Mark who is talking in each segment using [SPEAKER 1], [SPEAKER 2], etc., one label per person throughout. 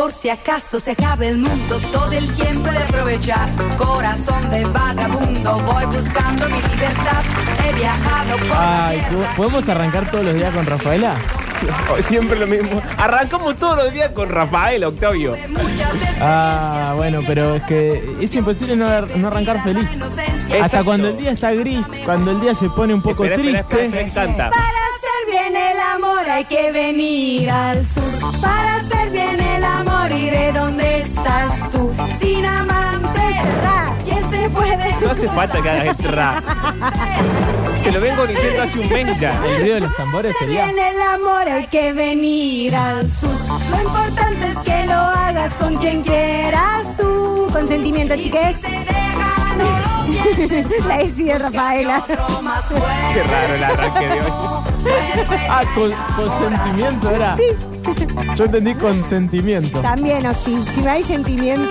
[SPEAKER 1] por si acaso se acabe el mundo, todo el tiempo de aprovechar. Corazón de vagabundo, voy buscando mi libertad. He viajado por la tierra.
[SPEAKER 2] ¿Podemos arrancar todos los días con Rafaela?
[SPEAKER 3] Siempre lo mismo. Arrancamos todos los días con Rafael, Octavio.
[SPEAKER 2] Bueno, pero es que es imposible no arrancar feliz.
[SPEAKER 3] Exacto.
[SPEAKER 2] Hasta cuando el día está gris, cuando el día se pone un poco triste.
[SPEAKER 3] Canta.
[SPEAKER 1] Para hacer bien el amor hay que venir al sur. Para hacer bien el amor iré donde estás tú. Sin amantes, ¿quién se puede?
[SPEAKER 3] No hace falta que hagas este rap. Te lo vengo diciendo hace un mes ya.
[SPEAKER 2] El ruido de los tambores sería.
[SPEAKER 1] Bien el amor hay que venir al sur. Lo importante es que lo hagas con quien quieras tú. Consentimiento, chiques. La decía Rafaela.
[SPEAKER 3] Qué raro el arranque de hoy.
[SPEAKER 2] Consentimiento era.
[SPEAKER 1] Sí.
[SPEAKER 2] Yo entendí consentimiento.
[SPEAKER 1] También, Octi. Si no hay sentimiento.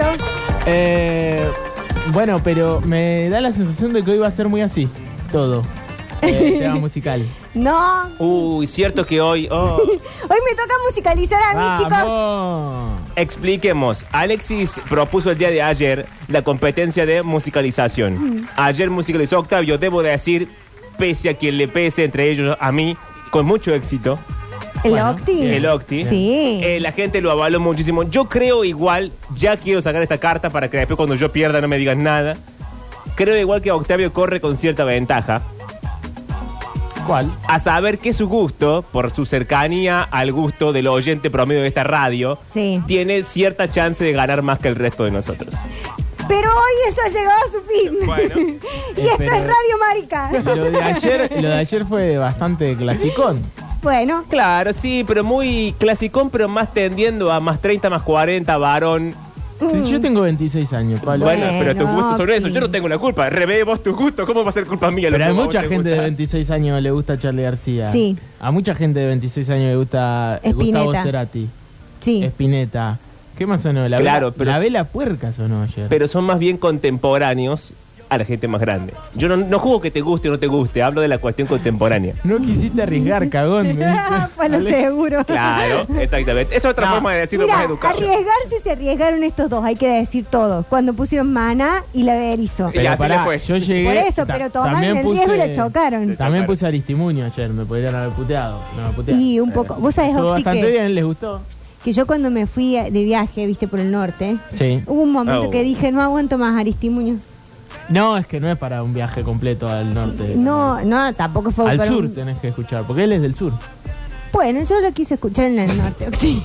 [SPEAKER 2] Bueno, pero me da la sensación de que hoy va a ser muy así. Todo. Tema musical.
[SPEAKER 1] No.
[SPEAKER 3] Uy, cierto que hoy...
[SPEAKER 1] Hoy me toca musicalizar a mí, chicos.
[SPEAKER 2] ¡Vamos!
[SPEAKER 3] Expliquemos. Alexis propuso el día de ayer la competencia de musicalización. Ayer musicalizó Octavio, debo decir, pese a quien le pese, entre ellos a mí, con mucho éxito.
[SPEAKER 1] ¿El Octi?
[SPEAKER 3] El Octi.
[SPEAKER 1] Sí.
[SPEAKER 3] La gente lo avaló muchísimo. Yo creo igual, ya quiero sacar esta carta para que después cuando yo pierda no me digas nada. Creo igual que Octavio corre con cierta ventaja.
[SPEAKER 2] ¿Cuál?
[SPEAKER 3] A saber que su gusto, por su cercanía al gusto del oyente promedio de esta radio,
[SPEAKER 1] Sí.
[SPEAKER 3] tiene cierta chance de ganar más que el resto de nosotros.
[SPEAKER 1] Pero hoy eso ha llegado a su fin.
[SPEAKER 3] Bueno.
[SPEAKER 1] Y esto
[SPEAKER 2] Pero-
[SPEAKER 1] es Radio Marica.
[SPEAKER 2] Lo de ayer fue bastante clasicón.
[SPEAKER 1] Bueno.
[SPEAKER 3] Claro, sí, pero muy clasicón, pero más tendiendo a más 30, más 40, varón.
[SPEAKER 2] Sí, yo tengo 26 años, Pablo.
[SPEAKER 3] Bueno, pero tus
[SPEAKER 1] Bueno,
[SPEAKER 3] gustos son eso.
[SPEAKER 1] sí.
[SPEAKER 3] Yo no tengo la culpa. Revé vos tus gustos. ¿Cómo va a ser culpa mía?
[SPEAKER 2] Pero
[SPEAKER 3] lo
[SPEAKER 2] hay
[SPEAKER 3] que a vos
[SPEAKER 2] mucha
[SPEAKER 3] te
[SPEAKER 2] gente de
[SPEAKER 3] gusta?
[SPEAKER 2] 26 años le gusta Charly García.
[SPEAKER 1] Sí.
[SPEAKER 2] A mucha gente de 26 años le gusta
[SPEAKER 1] Spinetta.
[SPEAKER 2] Gustavo Cerati.
[SPEAKER 1] Sí.
[SPEAKER 2] Spinetta. ¿Qué más sonó?
[SPEAKER 3] Claro, pero-
[SPEAKER 2] La Vela Puerca sonó ayer.
[SPEAKER 3] Pero son más bien contemporáneos a la gente más grande. Yo no juego que te guste o no te guste. Hablo de la cuestión contemporánea.
[SPEAKER 2] No quisiste arriesgar, cagón. me dice
[SPEAKER 1] Pues lo
[SPEAKER 2] Alex.
[SPEAKER 1] seguro.
[SPEAKER 3] Claro, exactamente. Es otra
[SPEAKER 2] No.
[SPEAKER 3] forma de decirlo
[SPEAKER 1] Mira,
[SPEAKER 3] más educado.
[SPEAKER 1] arriesgarse se arriesgaron estos dos, hay que decir todo. Cuando pusieron Maná y la Berizo.
[SPEAKER 3] Y así le fue.
[SPEAKER 2] Yo llegué.
[SPEAKER 1] Por eso, pero tomaron
[SPEAKER 2] también
[SPEAKER 1] el riesgo y la chocaron.
[SPEAKER 2] También puse Aristimuño ayer, me podrían haber puteado. No me putearon.
[SPEAKER 1] Y un poco. Vos sabés,
[SPEAKER 2] Estuvo
[SPEAKER 1] Octi,
[SPEAKER 2] bastante
[SPEAKER 1] que,
[SPEAKER 2] bien, les gustó.
[SPEAKER 1] que yo cuando me fui de viaje, viste, por el norte,
[SPEAKER 2] Sí.
[SPEAKER 1] hubo un momento
[SPEAKER 3] Oh.
[SPEAKER 1] que dije, no aguanto más Aristimuño.
[SPEAKER 2] No, es que no es para un viaje completo al norte.
[SPEAKER 1] No, tampoco fue
[SPEAKER 2] Al
[SPEAKER 1] para
[SPEAKER 2] sur
[SPEAKER 1] un-
[SPEAKER 2] tenés que escuchar, porque él es del sur.
[SPEAKER 1] Bueno, yo lo quise escuchar en el norte, Octi.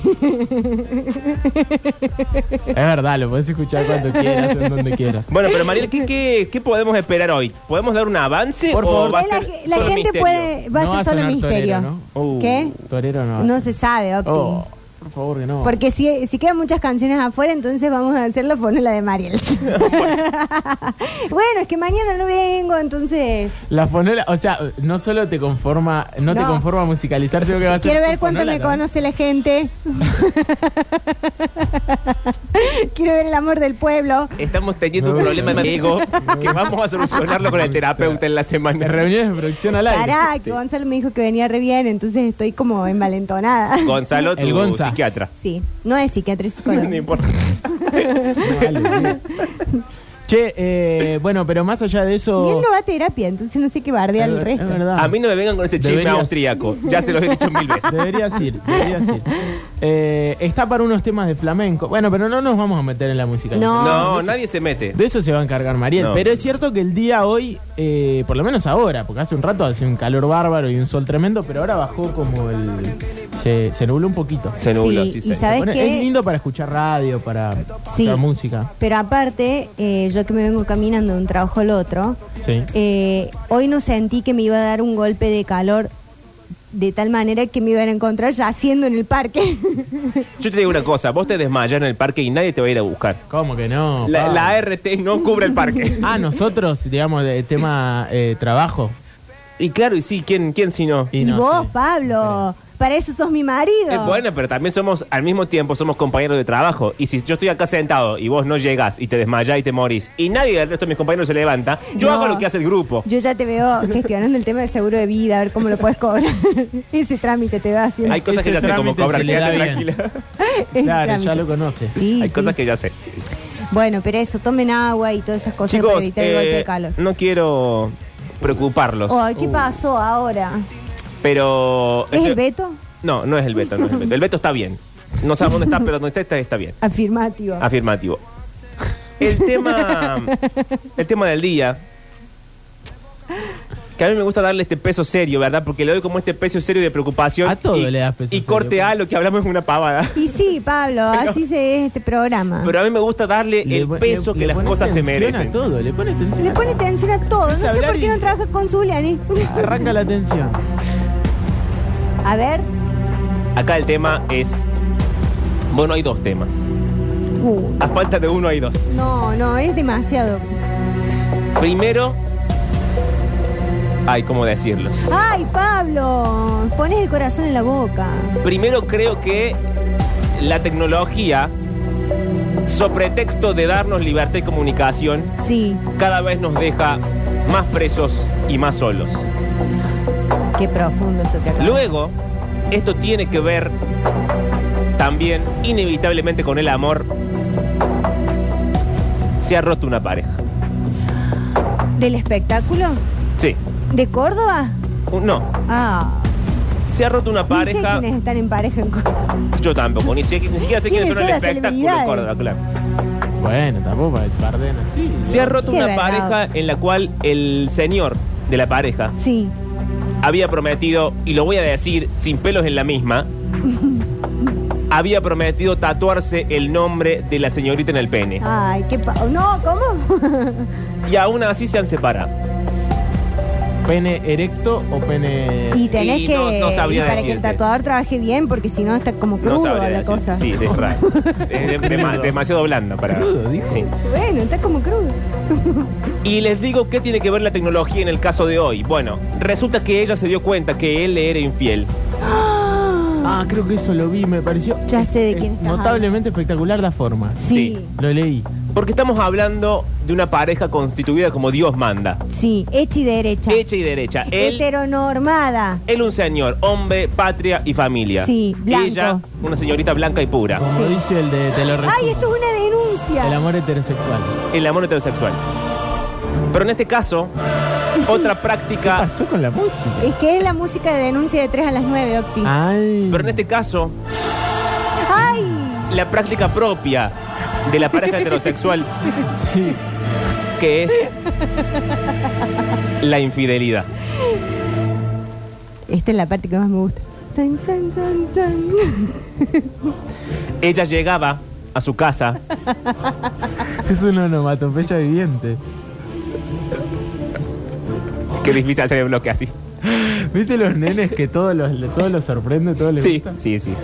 [SPEAKER 2] Es verdad, lo podés escuchar cuando quieras, en donde quieras.
[SPEAKER 3] Bueno, pero Mariel, ¿qué podemos esperar hoy? ¿Podemos dar un avance
[SPEAKER 2] Por
[SPEAKER 3] o
[SPEAKER 2] favor.
[SPEAKER 3] va a
[SPEAKER 1] La,
[SPEAKER 3] ser
[SPEAKER 1] la
[SPEAKER 3] solo
[SPEAKER 1] gente
[SPEAKER 3] misterio?
[SPEAKER 1] va a
[SPEAKER 2] No
[SPEAKER 1] ser solo
[SPEAKER 2] sonar
[SPEAKER 1] misterio.
[SPEAKER 2] torero, ¿no?
[SPEAKER 1] ¿Qué?
[SPEAKER 2] Torero no.
[SPEAKER 1] No se sabe, Octi.
[SPEAKER 2] Oh, por favor que no.
[SPEAKER 1] Porque si quedan muchas canciones afuera, entonces vamos a hacerlo por la de Mariel. Bueno, es que mañana no vengo, entonces
[SPEAKER 2] La fonola, o sea, no solo te conforma, te
[SPEAKER 1] No.
[SPEAKER 2] conforma musicalizar, sino que va a ser
[SPEAKER 1] quiero ver
[SPEAKER 2] tu
[SPEAKER 1] cuánto
[SPEAKER 2] fonola
[SPEAKER 1] me
[SPEAKER 2] también.
[SPEAKER 1] conoce la gente. Quiero ver el amor del pueblo.
[SPEAKER 3] Estamos teniendo un
[SPEAKER 2] No,
[SPEAKER 3] problema
[SPEAKER 2] no.
[SPEAKER 3] de ego que vamos a solucionarlo con el terapeuta en la
[SPEAKER 2] De
[SPEAKER 3] semana.
[SPEAKER 2] reuniones de producción al aire.
[SPEAKER 1] Pará, que
[SPEAKER 3] Sí.
[SPEAKER 1] Gonzalo me dijo que venía re bien, entonces estoy como envalentonada.
[SPEAKER 3] Gonzalo, tu
[SPEAKER 2] El Gonza.
[SPEAKER 3] psiquiatra.
[SPEAKER 1] Sí, no es psiquiatra, es psicólogo.
[SPEAKER 3] No importa.
[SPEAKER 2] No, vale. Che, bueno, pero más allá de eso...
[SPEAKER 1] Y él no va a terapia, entonces no sé qué bardea el
[SPEAKER 2] Es
[SPEAKER 1] resto.
[SPEAKER 2] verdad.
[SPEAKER 3] A mí no me vengan con ese chisme
[SPEAKER 2] Deberías.
[SPEAKER 3] austríaco. Ya se los he dicho 1000 veces.
[SPEAKER 2] Deberías ir. Está para unos temas de flamenco. Bueno, pero no nos vamos a meter en la música.
[SPEAKER 1] No.
[SPEAKER 3] No, nadie se mete.
[SPEAKER 2] De eso se va a encargar Mariel.
[SPEAKER 3] No.
[SPEAKER 2] Pero es cierto que el día hoy, por lo menos ahora, porque hace un rato hace un calor bárbaro y un sol tremendo, pero ahora bajó como se nubló un poquito.
[SPEAKER 3] Se nubló,
[SPEAKER 1] Sí,
[SPEAKER 3] sí,
[SPEAKER 1] y
[SPEAKER 3] sí.
[SPEAKER 1] ¿sabes
[SPEAKER 2] Bueno,
[SPEAKER 1] qué?
[SPEAKER 2] es lindo para escuchar radio, para
[SPEAKER 1] Sí.
[SPEAKER 2] escuchar música.
[SPEAKER 1] Pero aparte, yo que me vengo caminando de un trabajo al otro,
[SPEAKER 2] Sí.
[SPEAKER 1] hoy no sentí que me iba a dar un golpe de calor de tal manera que me iban a encontrar yaciendo en el parque.
[SPEAKER 3] Yo te digo una cosa. Vos te desmayas en el parque y nadie te va a ir a buscar.
[SPEAKER 2] ¿Cómo que no?
[SPEAKER 3] La
[SPEAKER 2] Pa?
[SPEAKER 3] ART no cubre el parque.
[SPEAKER 2] Ah, nosotros, digamos, de tema trabajo.
[SPEAKER 3] Y claro, y sí, ¿quién si no?
[SPEAKER 1] Y
[SPEAKER 2] no,
[SPEAKER 1] vos,
[SPEAKER 2] sí.
[SPEAKER 1] Pablo. para eso sos mi marido.
[SPEAKER 3] Bueno, pero también al mismo tiempo somos compañeros de trabajo. Y si yo estoy acá sentado y vos no llegás y te desmayás y te morís y nadie del resto de mis compañeros se levanta, yo
[SPEAKER 1] No.
[SPEAKER 3] hago lo que hace el grupo.
[SPEAKER 1] Yo ya te veo gestionando el tema del seguro de vida, a ver cómo lo puedes cobrar. Ese trámite te va haciendo.
[SPEAKER 3] Hay cosas que
[SPEAKER 2] Ese
[SPEAKER 3] ya sé cómo
[SPEAKER 2] trámite
[SPEAKER 3] cobrar.
[SPEAKER 2] se le da
[SPEAKER 3] Quédate
[SPEAKER 2] bien.
[SPEAKER 3] tranquila.
[SPEAKER 1] Ese
[SPEAKER 2] Claro,
[SPEAKER 1] trámite.
[SPEAKER 2] ya lo conoce.
[SPEAKER 1] Sí,
[SPEAKER 3] Hay
[SPEAKER 1] sí.
[SPEAKER 3] cosas que ya sé.
[SPEAKER 1] Bueno, pero eso, tomen agua y todas esas cosas para
[SPEAKER 3] Chicos,
[SPEAKER 1] evitar el golpe de calor.
[SPEAKER 3] no quiero preocuparlos.
[SPEAKER 1] Ay, ¿qué pasó ahora?
[SPEAKER 3] Pero...
[SPEAKER 1] ¿Es el Beto?
[SPEAKER 3] No, no es el Beto, no es el Beto. El Beto está bien. No sabemos dónde está, pero donde está bien.
[SPEAKER 1] Afirmativo.
[SPEAKER 3] Afirmativo. El tema del día, que a mí me gusta darle este peso serio, ¿verdad? Porque le doy como este peso serio de preocupación.
[SPEAKER 2] A todo
[SPEAKER 3] y,
[SPEAKER 2] le das peso
[SPEAKER 3] y
[SPEAKER 2] serio,
[SPEAKER 3] corte
[SPEAKER 2] pues.
[SPEAKER 3] A, lo que hablamos es una pavada.
[SPEAKER 1] Y sí, Pablo, así se es este programa.
[SPEAKER 3] Pero a mí me gusta darle el peso que las
[SPEAKER 2] pone
[SPEAKER 3] cosas se
[SPEAKER 2] tensión
[SPEAKER 3] merecen.
[SPEAKER 2] A todo, le pone tensión.
[SPEAKER 1] Le pone tensión a todo. No
[SPEAKER 2] Es
[SPEAKER 1] sé
[SPEAKER 2] hablar
[SPEAKER 1] por qué
[SPEAKER 2] y-
[SPEAKER 1] no trabajas con Zuliani.
[SPEAKER 2] Arranca la tensión.
[SPEAKER 1] A ver.
[SPEAKER 3] Acá el tema es... Bueno, hay dos temas. A falta de uno hay dos.
[SPEAKER 1] No, es demasiado.
[SPEAKER 3] Primero... Ay, ¿cómo decirlo?
[SPEAKER 1] Ay, Pablo, pones el corazón en la boca.
[SPEAKER 3] Primero creo que la tecnología, sobre pretexto de darnos libertad y comunicación,
[SPEAKER 1] Sí,
[SPEAKER 3] cada vez nos deja más presos y más solos.
[SPEAKER 1] qué profundo eso que acabas.
[SPEAKER 3] Luego, esto tiene que ver también, inevitablemente, con el amor. Se ha roto una pareja.
[SPEAKER 1] ¿Del espectáculo?
[SPEAKER 3] Sí.
[SPEAKER 1] ¿De Córdoba?
[SPEAKER 3] No.
[SPEAKER 1] Ah,
[SPEAKER 3] Se ha roto una
[SPEAKER 1] ni sé
[SPEAKER 3] pareja.
[SPEAKER 1] quiénes están en pareja en Córdoba.
[SPEAKER 3] Yo tampoco. Ni siquiera sé quiénes son
[SPEAKER 1] son
[SPEAKER 3] el
[SPEAKER 1] las
[SPEAKER 3] espectáculo en
[SPEAKER 1] celebridades?
[SPEAKER 3] Córdoba, claro.
[SPEAKER 2] Bueno, tampoco para perder así.
[SPEAKER 3] Se ha roto
[SPEAKER 1] Sí,
[SPEAKER 3] una
[SPEAKER 1] es verdad.
[SPEAKER 3] pareja en la cual el señor de la pareja
[SPEAKER 1] Sí.
[SPEAKER 3] había prometido, y lo voy a decir sin pelos en la misma, había prometido tatuarse el nombre de la señorita en el pene.
[SPEAKER 1] Ay, no, ¿cómo?
[SPEAKER 3] Y aún así se han separado.
[SPEAKER 2] ¿Pene erecto o pene...?
[SPEAKER 1] Y tenés
[SPEAKER 3] Y
[SPEAKER 1] que...
[SPEAKER 3] no sabría
[SPEAKER 1] y para que el
[SPEAKER 3] decirte.
[SPEAKER 1] tatuador trabaje bien, porque si no está como
[SPEAKER 3] No
[SPEAKER 1] crudo
[SPEAKER 3] sabría
[SPEAKER 1] la
[SPEAKER 3] decir.
[SPEAKER 1] cosa.
[SPEAKER 3] Sí, es raro. Es demasiado blanda para...
[SPEAKER 2] Crudo, dijo.
[SPEAKER 3] Sí.
[SPEAKER 1] Bueno, está como crudo.
[SPEAKER 3] Y les digo qué tiene que ver la tecnología en el caso de hoy. Bueno, resulta que ella se dio cuenta que él le era infiel.
[SPEAKER 2] Ah, creo que eso lo vi, me pareció...
[SPEAKER 1] Ya sé de quién estás
[SPEAKER 2] notablemente espectacular la forma.
[SPEAKER 1] Sí,
[SPEAKER 2] Lo leí.
[SPEAKER 3] Porque estamos hablando de una pareja constituida como Dios manda.
[SPEAKER 1] sí, hecha y derecha.
[SPEAKER 3] Hecha y derecha.
[SPEAKER 1] Heteronormada.
[SPEAKER 3] Él un señor, hombre, patria y familia.
[SPEAKER 1] Sí, blanco.
[SPEAKER 3] Ella, una señorita blanca y pura.
[SPEAKER 2] Como
[SPEAKER 1] Sí.
[SPEAKER 2] dice el de te lo resumo.
[SPEAKER 1] Ay, esto es una denuncia.
[SPEAKER 2] El amor heterosexual.
[SPEAKER 3] El amor heterosexual. Pero en este caso, otra
[SPEAKER 2] ¿Qué
[SPEAKER 3] práctica...
[SPEAKER 2] pasó con la música?
[SPEAKER 1] Es que es la música de denuncia de 3 a las 9, Octi.
[SPEAKER 2] Ay.
[SPEAKER 3] Pero en este caso,
[SPEAKER 1] ¡Ay!
[SPEAKER 3] la práctica propia de la pareja heterosexual,
[SPEAKER 2] Sí.
[SPEAKER 3] que es la infidelidad.
[SPEAKER 1] Esta es la parte que más me gusta. San, san, san, san.
[SPEAKER 3] Ella llegaba a su casa,
[SPEAKER 2] Es una onomatopeya viviente.
[SPEAKER 3] qué difícil hacer el bloque así.
[SPEAKER 2] ¿Viste los nenes que todo los sorprende, todo les
[SPEAKER 3] Sí,
[SPEAKER 2] gusta?
[SPEAKER 3] sí, sí, sí.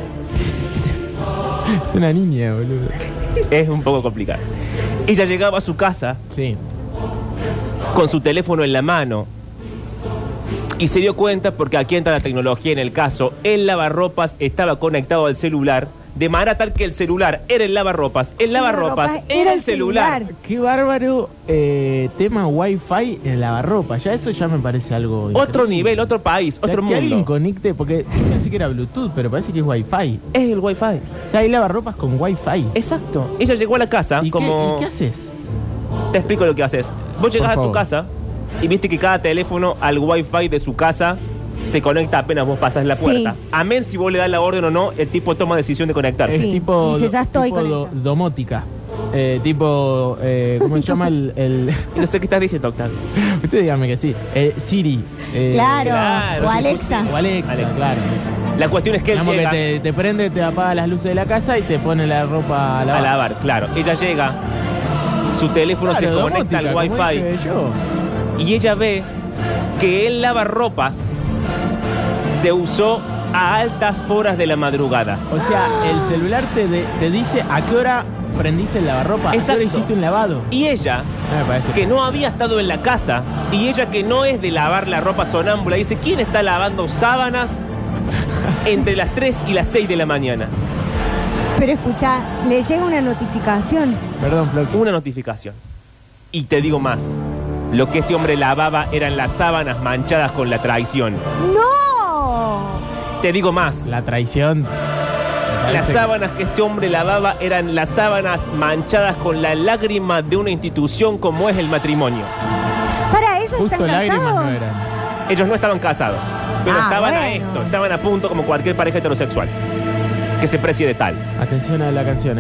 [SPEAKER 2] Es una niña, boludo.
[SPEAKER 3] Es un poco complicado. Ella llegaba a su casa
[SPEAKER 2] Sí.
[SPEAKER 3] con su teléfono en la mano y se dio cuenta, porque aquí entra la tecnología en el caso, el lavarropas estaba conectado al celular, de manera tal que el celular era el lavarropas era el celular.
[SPEAKER 2] Qué bárbaro tema Wi-Fi en lavarropa. Ya eso ya me parece algo
[SPEAKER 3] Otro
[SPEAKER 2] increíble.
[SPEAKER 3] nivel, otro país,
[SPEAKER 2] O sea,
[SPEAKER 3] otro
[SPEAKER 2] que alguien
[SPEAKER 3] mundo.
[SPEAKER 2] conecte, porque yo pensé que era Bluetooth, pero parece que es Wi-Fi.
[SPEAKER 3] Es el wifi.
[SPEAKER 2] O sea, hay lavarropas con Wi-Fi.
[SPEAKER 3] Exacto. Ella llegó a la casa
[SPEAKER 2] ¿Y,
[SPEAKER 3] como...
[SPEAKER 2] ¿Y qué haces?
[SPEAKER 3] Te explico lo que haces. Vos llegás
[SPEAKER 2] Por
[SPEAKER 3] a tu
[SPEAKER 2] favor.
[SPEAKER 3] casa y viste que cada teléfono al wifi de su casa se conecta apenas vos pasas la
[SPEAKER 1] Sí.
[SPEAKER 3] puerta. Amén si vos le das la orden o no, el tipo toma decisión de conectarse.
[SPEAKER 2] Es
[SPEAKER 1] Sí.
[SPEAKER 2] tipo,
[SPEAKER 1] Dice, ya estoy
[SPEAKER 2] tipo
[SPEAKER 1] conectado.
[SPEAKER 2] domótica. ¿Cómo se llama el
[SPEAKER 3] Y no sé qué estás diciendo, Octavio.
[SPEAKER 2] Usted dígame que sí. Siri.
[SPEAKER 1] Claro.
[SPEAKER 3] claro,
[SPEAKER 1] O
[SPEAKER 3] sí,
[SPEAKER 1] Alexa.
[SPEAKER 2] O Alexa,
[SPEAKER 3] Alexa.
[SPEAKER 2] claro.
[SPEAKER 3] La cuestión es que él
[SPEAKER 2] Digamos
[SPEAKER 3] llega
[SPEAKER 2] que te prende, te apaga las luces de la casa y te pone la ropa a
[SPEAKER 3] a
[SPEAKER 2] lavar.
[SPEAKER 3] lavar, claro. Ella llega, su teléfono
[SPEAKER 2] Claro,
[SPEAKER 3] se conecta al
[SPEAKER 2] domótica, como
[SPEAKER 3] wifi
[SPEAKER 2] dije yo.
[SPEAKER 3] y ella ve que el lavarropas se usó a altas horas de la madrugada.
[SPEAKER 2] O sea, el celular te dice a qué hora prendiste el lavarropa, a qué
[SPEAKER 3] Exacto.
[SPEAKER 2] hora hiciste un lavado.
[SPEAKER 3] Y ella,
[SPEAKER 2] Me parece
[SPEAKER 3] que no había estado en la casa, y ella que no es de lavar la ropa sonámbula, dice, ¿quién está lavando sábanas entre las 3 y las 6 de la mañana.
[SPEAKER 1] Pero escucha, le llega una notificación.
[SPEAKER 2] Perdón, Flor.
[SPEAKER 3] Una notificación. Y te digo más. Lo que este hombre lavaba eran las sábanas manchadas con la traición.
[SPEAKER 1] ¡No!
[SPEAKER 3] Te digo más.
[SPEAKER 2] La traición.
[SPEAKER 3] Las sábanas que este hombre lavaba eran las sábanas manchadas con la lágrima de una institución como es el matrimonio.
[SPEAKER 1] Para ellos
[SPEAKER 2] Justo
[SPEAKER 1] están
[SPEAKER 2] lágrimas
[SPEAKER 1] casados.
[SPEAKER 2] no eran.
[SPEAKER 3] Ellos no estaban casados, pero estaban a
[SPEAKER 1] bueno.
[SPEAKER 3] esto, estaban a punto como cualquier pareja heterosexual que se precie de tal.
[SPEAKER 2] Atención a la canción,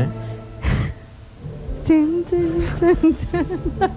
[SPEAKER 1] Tun, tun, tun, tun.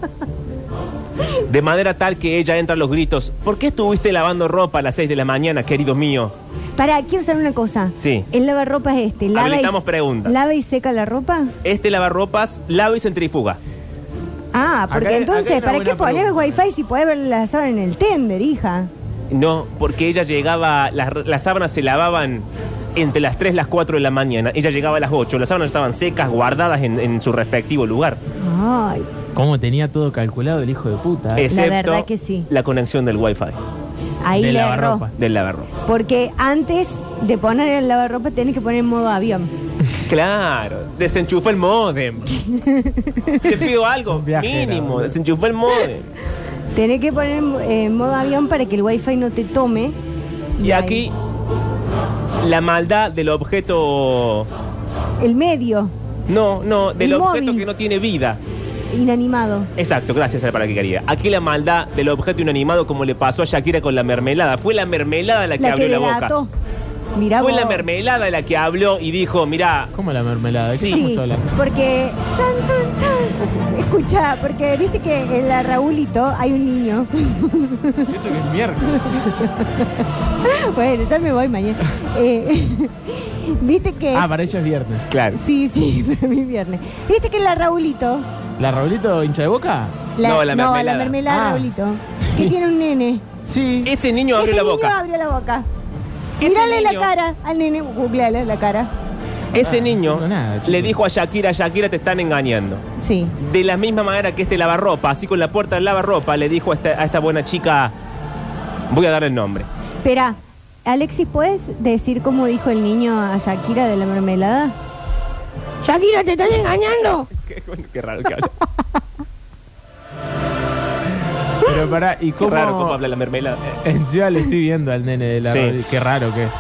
[SPEAKER 3] De manera tal que ella entra a los gritos. ¿Por qué estuviste lavando ropa a las 6 de la mañana, querido mío?
[SPEAKER 1] Para, quiero saber una cosa.
[SPEAKER 3] Sí.
[SPEAKER 1] El lavarropas es este. Lava
[SPEAKER 3] Habilitamos preguntas.
[SPEAKER 1] ¿Lava y seca la ropa?
[SPEAKER 3] Este lavarropas lava y centrifuga.
[SPEAKER 1] Ah, porque
[SPEAKER 2] Acá hay
[SPEAKER 1] entonces,
[SPEAKER 2] una
[SPEAKER 1] ¿para
[SPEAKER 2] buena
[SPEAKER 1] qué pones
[SPEAKER 2] pregunta.
[SPEAKER 1] wifi si podés ver la sábana en el tender, hija?
[SPEAKER 3] No, porque ella llegaba, las sábanas se lavaban entre las 3 y las 4 de la mañana. Ella llegaba a las 8, las sábanas estaban secas, guardadas en su respectivo lugar.
[SPEAKER 1] Ay,
[SPEAKER 2] ¿Cómo tenía todo calculado el hijo de puta?
[SPEAKER 3] Excepto
[SPEAKER 1] verdad que sí.
[SPEAKER 3] la conexión del wifi,
[SPEAKER 1] ahí
[SPEAKER 2] De
[SPEAKER 1] le erró.
[SPEAKER 2] lavarropa.
[SPEAKER 3] del lavarropa.
[SPEAKER 1] Porque antes de poner el lavarropa tenés que poner en modo avión.
[SPEAKER 3] Claro, desenchufa el módem. Te pido algo
[SPEAKER 2] Un viajero.
[SPEAKER 3] mínimo, desenchufa el módem.
[SPEAKER 1] Tenés que poner en modo avión para que el wifi no te tome.
[SPEAKER 3] Y aquí la maldad del objeto.
[SPEAKER 1] El medio,
[SPEAKER 3] No, del
[SPEAKER 1] El
[SPEAKER 3] objeto
[SPEAKER 1] móvil.
[SPEAKER 3] que no tiene vida.
[SPEAKER 1] inanimado.
[SPEAKER 3] Exacto, gracias era para que quería. Aquí la maldad del objeto inanimado, como le pasó a Shakira con la mermelada. Fue la mermelada la que
[SPEAKER 1] La
[SPEAKER 3] abrió
[SPEAKER 1] que
[SPEAKER 3] la boca.
[SPEAKER 1] delató. Mirá
[SPEAKER 3] Fue
[SPEAKER 1] vos.
[SPEAKER 3] la mermelada la que habló y dijo, mirá,
[SPEAKER 2] ¿Cómo la mermelada? ¿De qué
[SPEAKER 3] Sí.
[SPEAKER 2] estamos hablando?
[SPEAKER 1] Porque escucha, porque viste que en la Raulito hay un niño.
[SPEAKER 2] Eso que es miércoles.
[SPEAKER 1] Bueno, ya me voy mañana. Viste que.
[SPEAKER 2] Para ella es viernes.
[SPEAKER 3] claro.
[SPEAKER 1] Sí, para mí viernes. Viste que en la Raulito.
[SPEAKER 2] ¿La Raulito hincha de boca?
[SPEAKER 3] No, la mermelada.
[SPEAKER 1] la mermelada
[SPEAKER 2] Ah,
[SPEAKER 1] Raulito.
[SPEAKER 2] sí.
[SPEAKER 1] Que tiene un nene.
[SPEAKER 2] Sí.
[SPEAKER 3] Ese niño abrió
[SPEAKER 1] Ese
[SPEAKER 3] la
[SPEAKER 1] niño
[SPEAKER 3] boca.
[SPEAKER 1] abrió la boca.
[SPEAKER 3] Ese
[SPEAKER 1] Mírale la
[SPEAKER 3] niño-
[SPEAKER 1] cara al nene, googleale la cara.
[SPEAKER 3] Ese
[SPEAKER 2] Ah,
[SPEAKER 3] niño
[SPEAKER 2] no, nada, chico.
[SPEAKER 3] le dijo a Shakira, te están engañando.
[SPEAKER 1] Sí.
[SPEAKER 3] De la misma manera que este lavarropa, así con la puerta del lavarropa, le dijo a esta buena chica, voy a dar el nombre.
[SPEAKER 1] Espera, Alexis, ¿puedes decir cómo dijo el niño a Shakira de la mermelada? Shakira, te están engañando.
[SPEAKER 3] Qué raro que habla.
[SPEAKER 2] Pero pará, ¿y
[SPEAKER 3] Qué
[SPEAKER 2] cómo?
[SPEAKER 3] raro cómo habla la mermelada.
[SPEAKER 2] Encima le estoy viendo al nene de la
[SPEAKER 3] Sí.
[SPEAKER 2] Raulito. Qué raro que es,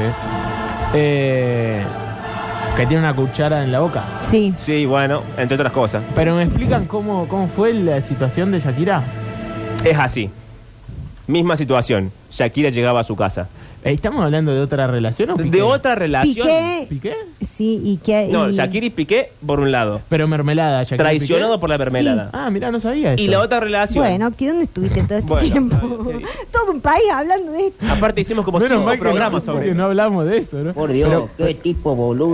[SPEAKER 2] que tiene una cuchara en la boca.
[SPEAKER 1] Sí.
[SPEAKER 3] Sí, bueno, entre otras cosas.
[SPEAKER 2] Pero ¿me explican cómo fue la situación de Shakira?
[SPEAKER 3] Es así. Misma situación. Shakira llegaba a su casa.
[SPEAKER 2] ¿Estamos hablando de otra relación o Piqué?
[SPEAKER 3] De otra relación.
[SPEAKER 1] Piqué.
[SPEAKER 2] ¿Piqué?
[SPEAKER 1] Sí, y que.
[SPEAKER 3] No,
[SPEAKER 1] y-
[SPEAKER 3] Shakira y Piqué por un lado.
[SPEAKER 2] Pero mermelada, Shakira.
[SPEAKER 3] Traicionado
[SPEAKER 2] Piqué.
[SPEAKER 3] por la mermelada.
[SPEAKER 2] Ah, mirá, no sabía esto.
[SPEAKER 3] Y la otra relación.
[SPEAKER 1] Bueno, ¿y dónde estuviste todo este
[SPEAKER 3] Bueno,
[SPEAKER 1] tiempo?
[SPEAKER 3] está bien.
[SPEAKER 1] Todo un país hablando de esto.
[SPEAKER 3] Aparte hicimos como
[SPEAKER 2] Menos
[SPEAKER 3] 5
[SPEAKER 2] mal que
[SPEAKER 3] programas
[SPEAKER 2] no,
[SPEAKER 3] sobre
[SPEAKER 2] que
[SPEAKER 3] eso.
[SPEAKER 2] no hablamos de eso, ¿no?
[SPEAKER 4] Por Dios,
[SPEAKER 2] Pero-
[SPEAKER 4] qué tipo boludo.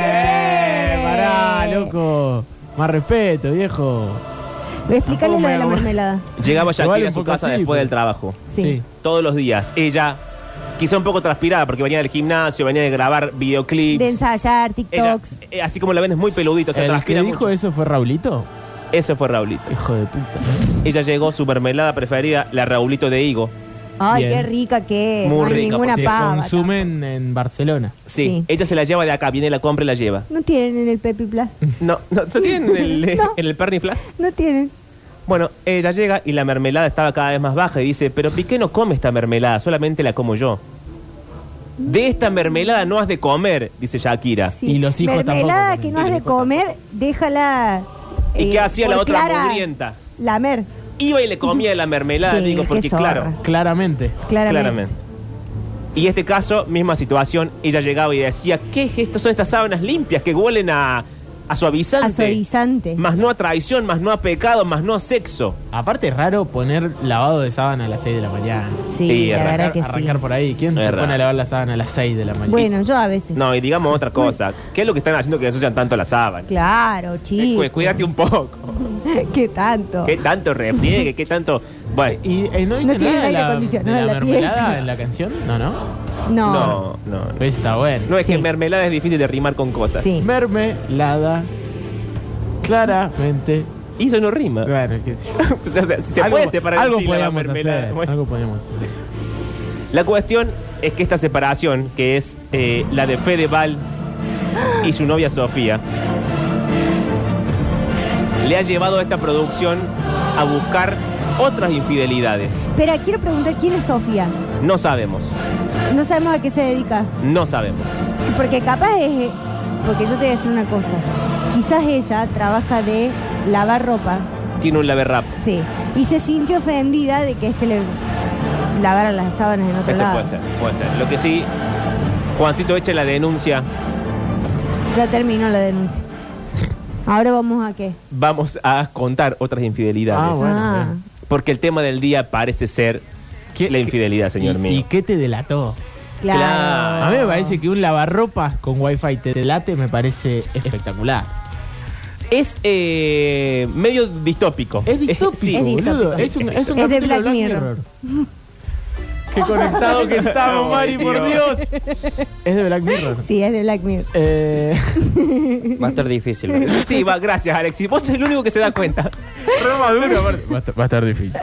[SPEAKER 2] Pará, loco. Más respeto, viejo.
[SPEAKER 1] Explícale lo de la
[SPEAKER 2] Tampoco me-
[SPEAKER 1] mermelada.
[SPEAKER 3] Llegaba
[SPEAKER 2] Igual
[SPEAKER 3] Shakira a
[SPEAKER 2] un
[SPEAKER 3] su
[SPEAKER 2] poco
[SPEAKER 3] casa
[SPEAKER 2] así,
[SPEAKER 3] después
[SPEAKER 2] pero-
[SPEAKER 3] del trabajo.
[SPEAKER 1] Sí.
[SPEAKER 3] Todos los días. Ella, quizá un poco transpirada porque venía del gimnasio, venía de grabar videoclips.
[SPEAKER 1] De ensayar,
[SPEAKER 3] Ella,
[SPEAKER 1] TikToks.
[SPEAKER 3] así como la ven, es muy peludita, se
[SPEAKER 2] ¿El que
[SPEAKER 3] transpira
[SPEAKER 2] dijo
[SPEAKER 3] mucho.
[SPEAKER 2] eso fue Raulito?
[SPEAKER 3] Ese fue Raulito.
[SPEAKER 2] Hijo de puta.
[SPEAKER 3] Ella llegó, su mermelada preferida, la Raulito de higo.
[SPEAKER 1] Ay,
[SPEAKER 2] Bien.
[SPEAKER 1] qué rica que es.
[SPEAKER 3] Muy
[SPEAKER 1] no hay
[SPEAKER 3] rica,
[SPEAKER 1] ninguna
[SPEAKER 2] Se
[SPEAKER 1] pava.
[SPEAKER 2] consumen en Barcelona.
[SPEAKER 3] Sí,
[SPEAKER 1] Sí.
[SPEAKER 3] ella se la lleva de acá, viene, la compra y la lleva.
[SPEAKER 1] No tienen en el Pepi Plus.
[SPEAKER 3] No tienen
[SPEAKER 1] No.
[SPEAKER 3] en el Perniflas.
[SPEAKER 1] No tienen.
[SPEAKER 3] Bueno, ella llega y la mermelada estaba cada vez más baja y dice, pero Piqué no come esta mermelada, solamente la como yo. De esta mermelada no has de comer, dice Shakira.
[SPEAKER 1] Sí.
[SPEAKER 2] Y los hijos
[SPEAKER 1] Mermelada
[SPEAKER 2] tampoco
[SPEAKER 1] que
[SPEAKER 2] comen.
[SPEAKER 1] no has
[SPEAKER 3] Y los
[SPEAKER 1] de
[SPEAKER 3] hijos
[SPEAKER 1] comer, déjala.
[SPEAKER 3] ¿Y qué hacía la
[SPEAKER 1] por
[SPEAKER 3] otra
[SPEAKER 1] Clara
[SPEAKER 3] mugrienta?
[SPEAKER 1] Lamer,
[SPEAKER 3] Iba y le comía la mermelada,
[SPEAKER 1] Sí,
[SPEAKER 3] digo, porque
[SPEAKER 1] qué zorra.
[SPEAKER 3] claro,
[SPEAKER 2] Claramente.
[SPEAKER 1] claramente.
[SPEAKER 3] Y este caso, misma situación, ella llegaba y decía, ¿qué es esto? Son estas sábanas limpias que huelen a suavizante.
[SPEAKER 1] Suavizante.
[SPEAKER 3] Más no a traición, más no a pecado, más no a sexo.
[SPEAKER 2] Aparte es raro poner lavado de sábana a las 6 de la mañana.
[SPEAKER 1] Sí,
[SPEAKER 3] Sí,
[SPEAKER 1] la verdad
[SPEAKER 2] Arrancar,
[SPEAKER 1] que sí.
[SPEAKER 2] arrancar por ahí. ¿Quién
[SPEAKER 3] Es
[SPEAKER 2] se
[SPEAKER 3] raro.
[SPEAKER 2] pone a lavar la sábana a las 6 de la mañana?
[SPEAKER 1] Bueno, yo a veces.
[SPEAKER 3] No, y digamos otra cosa. ¿Qué es lo que están haciendo que ensucian tanto la sábana?
[SPEAKER 1] Claro, chico.
[SPEAKER 3] Cuídate un poco.
[SPEAKER 1] ¿Qué tanto?
[SPEAKER 3] ¿Qué tanto refriegue? ¿Qué tanto...? Bueno,
[SPEAKER 2] ¿Y no dice
[SPEAKER 1] No tiene
[SPEAKER 2] nada de
[SPEAKER 1] aire
[SPEAKER 2] la,
[SPEAKER 1] acondicionado
[SPEAKER 2] de la
[SPEAKER 1] en la
[SPEAKER 2] mermelada
[SPEAKER 1] pieza.
[SPEAKER 2] en la canción? No.
[SPEAKER 1] No.
[SPEAKER 3] no.
[SPEAKER 2] Pues está bueno.
[SPEAKER 3] No es
[SPEAKER 1] Sí.
[SPEAKER 3] que mermelada es difícil de rimar con cosas.
[SPEAKER 1] Sí.
[SPEAKER 2] Mermelada. Claramente.
[SPEAKER 3] Y eso no rima.
[SPEAKER 2] Bueno, que-
[SPEAKER 3] O sea, si se
[SPEAKER 2] algo,
[SPEAKER 3] puede separar en
[SPEAKER 2] algo
[SPEAKER 3] sílaba
[SPEAKER 2] podíamos
[SPEAKER 3] mermelada.
[SPEAKER 2] hacer.
[SPEAKER 3] Bueno.
[SPEAKER 2] Algo podíamos hacer.
[SPEAKER 3] La cuestión es que esta separación, que es la de Fedeval y su novia Sofía, le ha llevado a esta producción a buscar otras infidelidades.
[SPEAKER 1] Pero quiero preguntar, ¿quién es Sofía?
[SPEAKER 3] No sabemos,
[SPEAKER 1] No sabemos a qué se dedica.
[SPEAKER 3] no sabemos.
[SPEAKER 1] Porque capaz es... Porque yo te voy a decir una cosa. Quizás ella trabaja de lavar ropa.
[SPEAKER 3] Tiene un laverrap.
[SPEAKER 1] Sí. Y se sintió ofendida de que le lavara las sábanas en otro lado.
[SPEAKER 3] Puede ser. Lo que sí, Juancito echa la denuncia.
[SPEAKER 1] Ya terminó la denuncia. Ahora vamos a qué.
[SPEAKER 3] Vamos a contar otras infidelidades.
[SPEAKER 2] Ah, bueno. bien.
[SPEAKER 3] Porque el tema del día parece ser la infidelidad, señor mío.
[SPEAKER 2] ¿Y qué te delató?
[SPEAKER 1] Claro.
[SPEAKER 2] A mí me parece que un lavarropas con wifi te delate, me parece espectacular.
[SPEAKER 3] Es medio distópico.
[SPEAKER 2] Es distópico,
[SPEAKER 3] Sí.
[SPEAKER 1] Es
[SPEAKER 2] boludo.
[SPEAKER 1] distópico.
[SPEAKER 2] Es un
[SPEAKER 1] Es de
[SPEAKER 2] capítulo
[SPEAKER 1] Black Mirror.
[SPEAKER 2] Qué conectado que estamos, Mari, por Dios. Es de Black Mirror.
[SPEAKER 1] Sí, es de Black Mirror.
[SPEAKER 4] Va a estar difícil, ¿verdad?
[SPEAKER 3] Sí, gracias, Alexis. Vos sos el único que se da cuenta.
[SPEAKER 2] Roma dura, aparte. Va a estar difícil.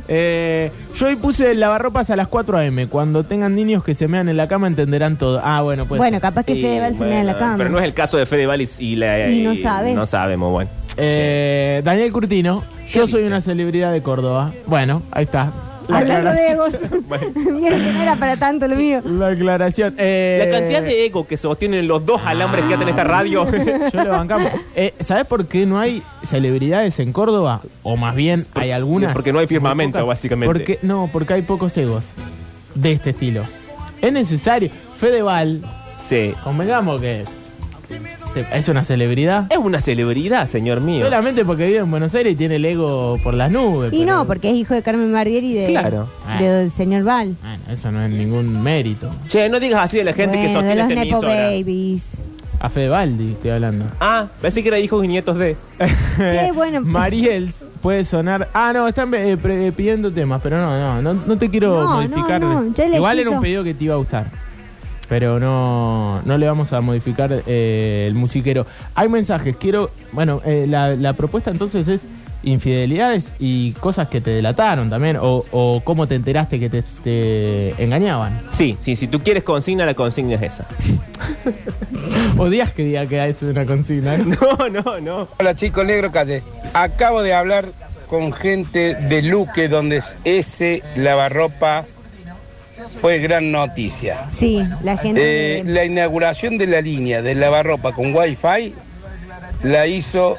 [SPEAKER 2] Yo hoy puse el lavarropas a las 4 a.m. Cuando tengan niños que se mean en la cama entenderán todo. Ah, bueno, pues.
[SPEAKER 1] Bueno, capaz que Fedeval se mea en la cama.
[SPEAKER 3] Pero no es el caso de Fedeval
[SPEAKER 1] Y no sabes.
[SPEAKER 3] No sabemos, bueno.
[SPEAKER 2] Daniel Curtino, yo soy una celebridad de Córdoba. Bueno, ahí está.
[SPEAKER 1] Hablando de egos.
[SPEAKER 3] Bueno.
[SPEAKER 1] Vieron que no era para tanto lo mío.
[SPEAKER 2] La aclaración.
[SPEAKER 3] La cantidad de ego que sostienen los dos alambres que hacen esta radio.
[SPEAKER 2] Yo le bancamos. ¿Sabes por qué no hay celebridades en Córdoba? O más bien, hay algunas.
[SPEAKER 3] Porque no hay firmamento,
[SPEAKER 2] Muy pocas.
[SPEAKER 3] básicamente.
[SPEAKER 2] Porque hay pocos egos de este estilo. Es necesario. Fedeval,
[SPEAKER 3] Sí.
[SPEAKER 2] convengamos que es una celebridad.
[SPEAKER 3] Es una celebridad, señor mío.
[SPEAKER 2] Solamente porque vive en Buenos Aires y tiene el ego por las nubes.
[SPEAKER 1] Y
[SPEAKER 2] pero-
[SPEAKER 1] no, porque es hijo de Carmen Barbieri y
[SPEAKER 3] Claro.
[SPEAKER 1] del señor Val.
[SPEAKER 2] Bueno, eso no es ningún mérito.
[SPEAKER 3] Che, no digas así de la gente que
[SPEAKER 1] Bueno, de
[SPEAKER 3] sostiene
[SPEAKER 1] los
[SPEAKER 3] esta
[SPEAKER 1] Nepo
[SPEAKER 3] emisora.
[SPEAKER 1] Babies.
[SPEAKER 2] A Fedevaldi estoy hablando.
[SPEAKER 3] Ah, pensé que era hijos y nietos de.
[SPEAKER 1] Che, bueno.
[SPEAKER 2] Mariels puede sonar. Ah, no, están pidiendo temas, pero no te quiero
[SPEAKER 1] No,
[SPEAKER 2] modificar.
[SPEAKER 1] no, ya elegí
[SPEAKER 2] Igual era un
[SPEAKER 1] yo.
[SPEAKER 2] pedido que te iba a gustar. Pero no le vamos a modificar el musiquero. Hay mensajes, la propuesta entonces es infidelidades y cosas que te delataron también, o cómo te enteraste que te engañaban.
[SPEAKER 3] Sí, si tú quieres consigna, la consigna es esa.
[SPEAKER 2] Odias que diga que es una consigna, ¿no?
[SPEAKER 3] No.
[SPEAKER 5] Hola chicos, Negro Calle. Acabo de hablar con gente de Luque donde ese lavarropa fue gran noticia.
[SPEAKER 1] Sí, la gente.
[SPEAKER 5] La inauguración de la línea de lavarropa con Wi-Fi la hizo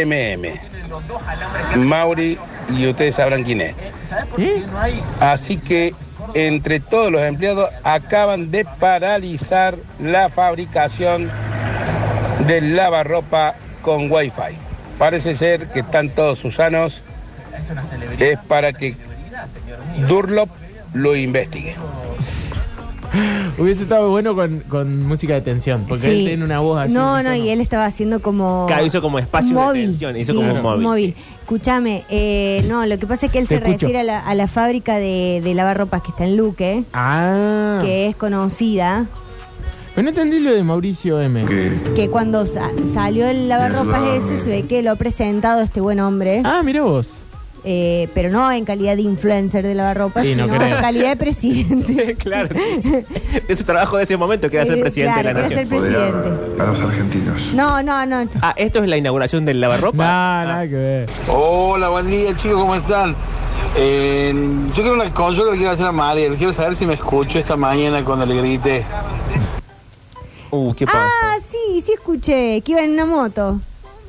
[SPEAKER 5] Mauri, y ustedes sabrán quién es.
[SPEAKER 2] ¿Sí?
[SPEAKER 5] Así que entre todos los empleados acaban de paralizar la fabricación del lavarropa con Wi-Fi. Parece ser que están todos Susanos. Es para que Durlop lo investigue.
[SPEAKER 2] Hubiese estado bueno con música de tensión, porque
[SPEAKER 1] Sí.
[SPEAKER 2] él tiene una voz así.
[SPEAKER 1] No,
[SPEAKER 2] un tono.
[SPEAKER 1] y él estaba haciendo como.
[SPEAKER 3] Claro, hizo como espacio
[SPEAKER 1] móvil.
[SPEAKER 3] de tensión, hizo
[SPEAKER 1] Sí,
[SPEAKER 3] como un móvil. sí.
[SPEAKER 1] Escúchame, no, lo que pasa es que él
[SPEAKER 2] Te
[SPEAKER 1] se
[SPEAKER 2] escucho.
[SPEAKER 1] refiere a la fábrica de lavarropas que está en Luque,
[SPEAKER 2] Ah.
[SPEAKER 1] que es conocida,
[SPEAKER 2] Pero no entendí lo de Mauricio M.
[SPEAKER 1] que cuando salió el lavarropas ese, se ve que lo ha presentado este buen hombre,
[SPEAKER 2] Ah, mira vos.
[SPEAKER 1] pero no en calidad de influencer de lavarropas,
[SPEAKER 2] Sí, no
[SPEAKER 1] sino
[SPEAKER 2] creo.
[SPEAKER 1] en calidad de presidente.
[SPEAKER 3] Claro. Es su trabajo de ese momento, que era ser presidente
[SPEAKER 1] Claro,
[SPEAKER 3] de la
[SPEAKER 1] que era
[SPEAKER 3] nación.
[SPEAKER 1] ser presidente.
[SPEAKER 6] A los argentinos.
[SPEAKER 1] No.
[SPEAKER 3] Ah, ¿esto es la inauguración del lavarropa?
[SPEAKER 2] Nada que ver.
[SPEAKER 7] Hola, buen día chicos, ¿cómo están? Yo quiero una consulta que quiero hacer a Mariel. Quiero saber si me escucho esta mañana cuando le grité.
[SPEAKER 3] ¿Qué pasa?
[SPEAKER 1] Ah, sí escuché, que iba en una moto.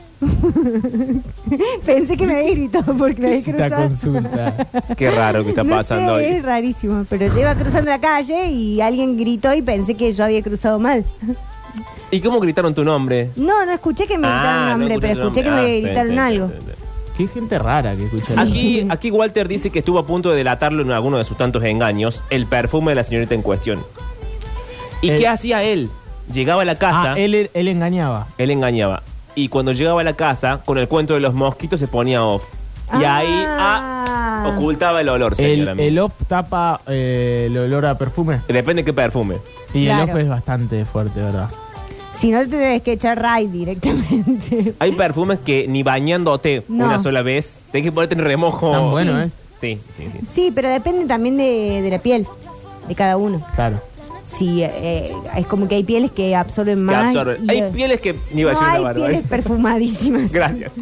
[SPEAKER 1] Pensé que me había gritado porque me había
[SPEAKER 2] Esta
[SPEAKER 1] cruzado.
[SPEAKER 2] consulta.
[SPEAKER 3] Qué raro que está
[SPEAKER 1] No
[SPEAKER 3] pasando
[SPEAKER 1] sé,
[SPEAKER 3] hoy.
[SPEAKER 1] es rarísimo, pero yo iba cruzando la calle y alguien gritó y pensé que yo había cruzado mal.
[SPEAKER 3] ¿Y cómo gritaron tu nombre?
[SPEAKER 1] No escuché que me gritaron
[SPEAKER 3] no
[SPEAKER 1] nombre, pero escuché que me gritaron algo.
[SPEAKER 2] Qué gente rara que escucha.
[SPEAKER 3] Aquí Walter dice que estuvo a punto de delatarlo en alguno de sus tantos engaños, el perfume de la señorita en cuestión. ¿Y
[SPEAKER 2] El-
[SPEAKER 3] qué hacía él? Llegaba a la casa,
[SPEAKER 2] Él engañaba.
[SPEAKER 3] él engañaba. Y cuando llegaba a la casa, con el cuento de los mosquitos se ponía off. Y ahí ocultaba el olor, señora mía.
[SPEAKER 2] El off tapa el olor a perfume.
[SPEAKER 3] Depende de qué perfume.
[SPEAKER 2] Y el
[SPEAKER 1] Claro.
[SPEAKER 2] off es bastante fuerte, ¿verdad?
[SPEAKER 1] Si no, te tenés que echar raid directamente.
[SPEAKER 3] Hay perfumes que ni bañándote
[SPEAKER 1] No.
[SPEAKER 3] una sola vez, tenés que ponerte en remojo.
[SPEAKER 2] Tan bueno, ¿eh?
[SPEAKER 3] Sí.
[SPEAKER 1] Sí, pero depende también de la piel de cada uno.
[SPEAKER 2] Claro.
[SPEAKER 1] Sí, es como que hay pieles que absorben
[SPEAKER 3] Que
[SPEAKER 1] más.
[SPEAKER 3] absorben.
[SPEAKER 1] y-
[SPEAKER 3] Hay pieles que... Ni iba a
[SPEAKER 1] no,
[SPEAKER 3] decir
[SPEAKER 1] hay
[SPEAKER 3] una barba,
[SPEAKER 1] pieles perfumadísimas.
[SPEAKER 3] Gracias.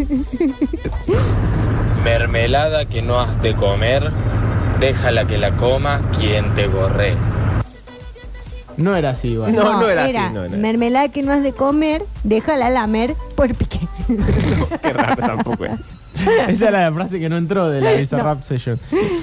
[SPEAKER 6] Mermelada que no has de comer, déjala que la coma quien te borré.
[SPEAKER 2] No era así, igual.
[SPEAKER 3] No era así, no era.
[SPEAKER 1] Mermelada que no has de comer, déjala lamer por piqué.
[SPEAKER 3] Qué raro tampoco es.
[SPEAKER 2] Esa era la frase que no entró de la Bizarrap Session.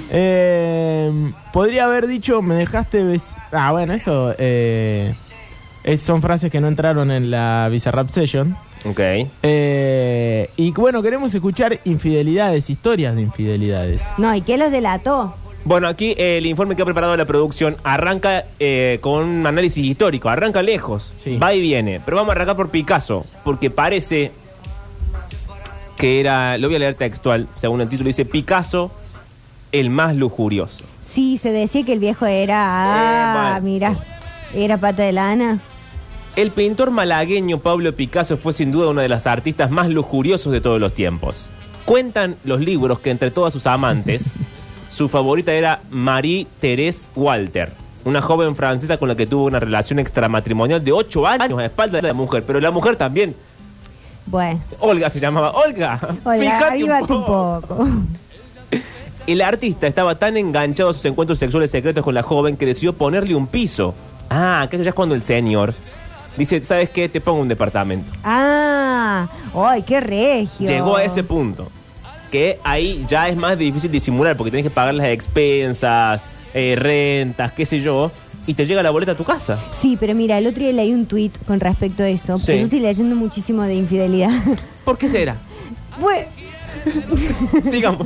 [SPEAKER 2] Podría haber dicho, me dejaste... bueno, esto son frases que no entraron en la Bizarrap Session.
[SPEAKER 3] Ok.
[SPEAKER 2] Y bueno, queremos escuchar infidelidades, historias de infidelidades.
[SPEAKER 1] No, ¿y qué los delató?
[SPEAKER 3] Bueno, aquí el informe que ha preparado la producción arranca con un análisis histórico, arranca lejos,
[SPEAKER 2] Sí.
[SPEAKER 3] va y viene, pero vamos a arrancar por Picasso, porque parece que era, lo voy a leer textual, según el título dice, Picasso, el más lujurioso.
[SPEAKER 1] Sí, se decía que el viejo era...
[SPEAKER 3] bueno,
[SPEAKER 1] mira, era pata de lana.
[SPEAKER 3] El pintor malagueño Pablo Picasso fue sin duda uno de los artistas más lujuriosos de todos los tiempos. Cuentan los libros que entre todas sus amantes, su favorita era Marie-Thérèse Walter, una joven francesa con la que tuvo una relación extramatrimonial de 8 años a espaldas de la mujer, pero la mujer también.
[SPEAKER 1] Bueno,
[SPEAKER 3] Olga se llamaba. Olga, fíjate
[SPEAKER 1] avívate un poco.
[SPEAKER 3] El artista estaba tan enganchado a sus encuentros sexuales secretos con la joven que decidió ponerle un piso. Acá ya es cuando el señor dice, ¿sabes qué? Te pongo un departamento.
[SPEAKER 1] ¡Ay, qué regio!
[SPEAKER 3] Llegó a ese punto. Que ahí ya es más difícil disimular porque tienes que pagar las expensas, rentas, qué sé yo, y te llega la boleta a tu casa.
[SPEAKER 1] Sí, pero mira, el otro día leí un tuit con respecto a eso.
[SPEAKER 3] Sí.
[SPEAKER 1] Pero yo estoy leyendo muchísimo de infidelidad.
[SPEAKER 3] ¿Por qué será?
[SPEAKER 1] Bueno,
[SPEAKER 3] Sigamos.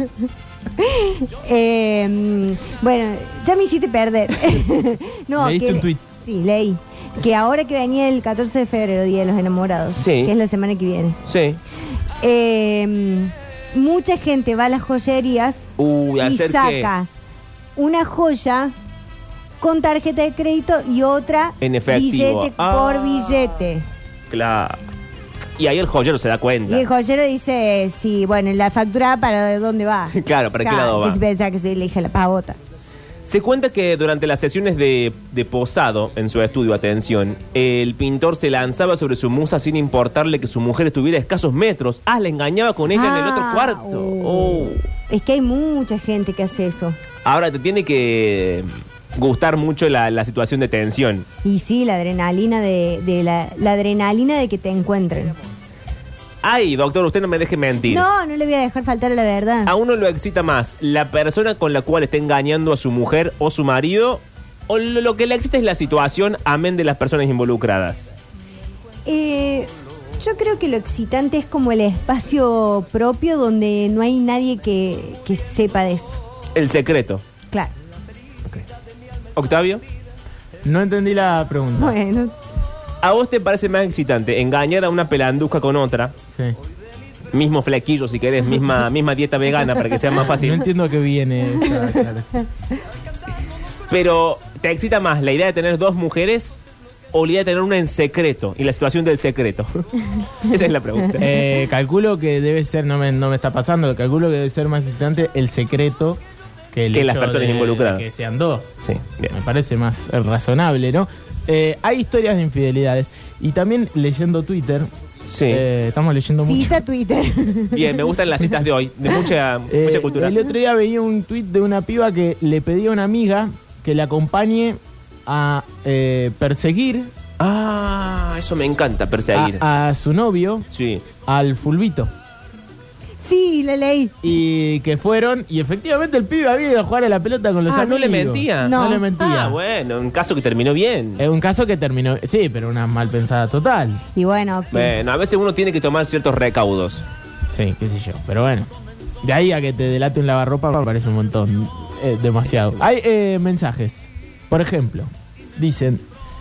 [SPEAKER 1] bueno, ya me hiciste perder. No,
[SPEAKER 2] ¿Leíste un tuit?
[SPEAKER 1] Sí, leí. Que ahora que venía el 14 de febrero, Día de los Enamorados,
[SPEAKER 3] Sí.
[SPEAKER 1] que es la semana que viene,
[SPEAKER 3] Sí.
[SPEAKER 1] mucha gente va a las joyerías
[SPEAKER 3] Uy,
[SPEAKER 1] y
[SPEAKER 3] ¿hacer
[SPEAKER 1] saca una joya con tarjeta de crédito y otra
[SPEAKER 3] En efectivo.
[SPEAKER 1] billete por billete.
[SPEAKER 3] qué? Claro. Y ahí el joyero se da cuenta.
[SPEAKER 1] Y el joyero dice, sí, bueno, la factura para dónde va.
[SPEAKER 3] Claro, ¿para qué lado va?
[SPEAKER 1] Y se piensa que se le dije la pavota.
[SPEAKER 3] Se cuenta que durante las sesiones de posado en su estudio, atención, el pintor se lanzaba sobre su musa sin importarle que su mujer estuviera a escasos metros. La engañaba con ella en el otro cuarto. Oh.
[SPEAKER 1] Es que hay mucha gente que hace eso.
[SPEAKER 3] Ahora te tiene que gustar mucho la situación de tensión.
[SPEAKER 1] Y sí, la adrenalina la adrenalina de que te encuentren.
[SPEAKER 3] Ay, doctor, usted no me deje mentir.
[SPEAKER 1] No le voy a dejar faltar a la verdad.
[SPEAKER 3] ¿A uno lo excita más la persona con la cual está engañando a su mujer o su marido? ¿O lo que le excita es la situación, amén de las personas involucradas?
[SPEAKER 1] Yo creo que lo excitante es como el espacio propio donde no hay nadie que sepa de eso.
[SPEAKER 3] El secreto.
[SPEAKER 1] Claro.
[SPEAKER 3] Octavio,
[SPEAKER 2] No entendí la pregunta.
[SPEAKER 1] Bueno,
[SPEAKER 3] ¿a vos te parece más excitante engañar a una pelanduzca con otra?
[SPEAKER 2] Sí.
[SPEAKER 3] Mismo flequillo, si querés, misma dieta vegana para que sea más
[SPEAKER 2] No
[SPEAKER 3] fácil.
[SPEAKER 2] entiendo a qué viene esa aclaración.
[SPEAKER 3] Pero, ¿te excita más la idea de tener dos mujeres o la idea de tener una en secreto y la situación del secreto? Esa es la pregunta.
[SPEAKER 2] Calculo que debe ser, no me está pasando, calculo que debe ser más excitante el secreto que
[SPEAKER 3] Que las
[SPEAKER 2] hecho
[SPEAKER 3] personas
[SPEAKER 2] de
[SPEAKER 3] involucradas.
[SPEAKER 2] Que sean dos.
[SPEAKER 3] Sí, bien.
[SPEAKER 2] Me parece más razonable, ¿no? Hay historias de infidelidades. Y también leyendo Twitter,
[SPEAKER 3] Sí.
[SPEAKER 2] estamos leyendo mucho.
[SPEAKER 1] cita Twitter.
[SPEAKER 3] Bien, me gustan las citas de hoy, de mucha cultura.
[SPEAKER 2] El otro día veía un tuit de una piba que le pedía a una amiga que le acompañe a perseguir
[SPEAKER 3] Eso me encanta, perseguir.
[SPEAKER 2] a su novio,
[SPEAKER 3] Sí.
[SPEAKER 2] al fulbito.
[SPEAKER 1] Sí, lo leí.
[SPEAKER 2] Y que fueron, y efectivamente el pibe había ido a jugar a la pelota con los amigos.
[SPEAKER 3] ¿no le mentía?
[SPEAKER 2] No,
[SPEAKER 1] No.
[SPEAKER 2] le mentía.
[SPEAKER 3] Bueno, un caso que terminó bien.
[SPEAKER 2] Es un caso que terminó, sí, pero una mal pensada total.
[SPEAKER 1] Y bueno,
[SPEAKER 3] Bueno, a veces uno tiene que tomar ciertos recaudos.
[SPEAKER 2] Sí, qué sé yo, pero bueno. De ahí a que te delate un lavarropa me parece un montón, demasiado. Hay mensajes, por ejemplo, dicen,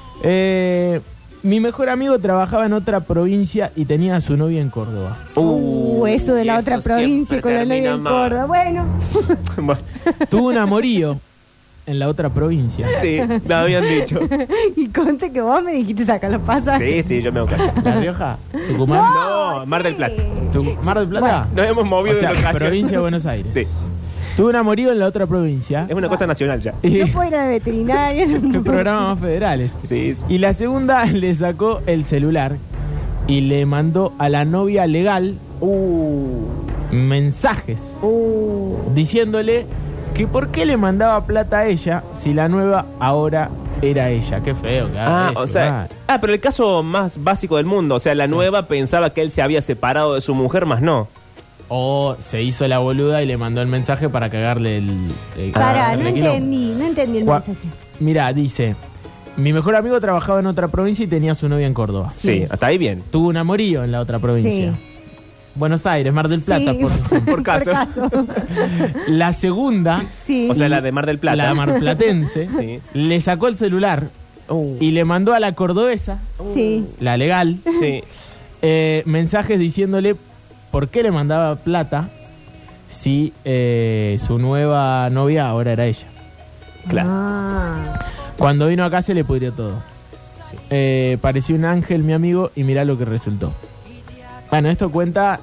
[SPEAKER 2] mi mejor amigo trabajaba en otra provincia y tenía a su novia en Córdoba.
[SPEAKER 1] eso de la
[SPEAKER 3] y
[SPEAKER 1] otra
[SPEAKER 3] eso
[SPEAKER 1] provincia
[SPEAKER 3] siempre
[SPEAKER 1] con la ley
[SPEAKER 3] termina
[SPEAKER 1] del
[SPEAKER 3] mal.
[SPEAKER 1] Córdoba. Bueno,
[SPEAKER 3] Bueno,
[SPEAKER 2] Tuvo un amorío en la otra provincia.
[SPEAKER 3] sí, me habían dicho.
[SPEAKER 1] y conte que vos me dijiste sacar los pasajes.
[SPEAKER 3] Sí, yo me hago caso.
[SPEAKER 2] ¿La Rioja? ¿Tucumán?
[SPEAKER 3] No, Mar del Plata.
[SPEAKER 2] ¿Mar del Plata?
[SPEAKER 3] Nos hemos movido
[SPEAKER 2] O sea,
[SPEAKER 3] de locación.
[SPEAKER 2] provincia de Buenos Aires.
[SPEAKER 3] Sí.
[SPEAKER 2] Tuve un amorío en la otra provincia.
[SPEAKER 3] Es una cosa nacional ya.
[SPEAKER 1] No puedo ir a la veterinaria.
[SPEAKER 2] El programa más federal.
[SPEAKER 3] Sí.
[SPEAKER 2] Y la segunda le sacó el celular y le mandó a la novia legal mensajes diciéndole que por qué le mandaba plata a ella si la nueva ahora era ella. Qué feo que haga eso,
[SPEAKER 3] pero el caso más básico del mundo, o sea, la nueva pensaba que él se había separado de su mujer, más no.
[SPEAKER 2] O se hizo la boluda y le mandó el mensaje para cagarle el
[SPEAKER 1] Pará, no
[SPEAKER 2] quilombo.
[SPEAKER 1] entendí el mensaje.
[SPEAKER 2] Mira, dice, mi mejor amigo trabajaba en otra provincia y tenía a su novia en Córdoba.
[SPEAKER 3] Sí, hasta ahí bien.
[SPEAKER 2] Tuvo un amorío en la otra provincia.
[SPEAKER 1] Sí.
[SPEAKER 2] Buenos Aires, Mar del Plata,
[SPEAKER 1] Sí.
[SPEAKER 2] por caso. La segunda,
[SPEAKER 1] Sí.
[SPEAKER 3] O sea, la de Mar del Plata.
[SPEAKER 2] la marplatense,
[SPEAKER 3] Sí.
[SPEAKER 2] le sacó el celular y le mandó a la cordobesa,
[SPEAKER 1] Sí.
[SPEAKER 2] la legal,
[SPEAKER 3] Sí.
[SPEAKER 2] mensajes diciéndole por qué le mandaba plata si su nueva novia ahora era ella.
[SPEAKER 3] Claro.
[SPEAKER 2] Cuando vino acá se le pudrió todo. Pareció un ángel mi amigo y mirá lo que resultó. Bueno, esto cuenta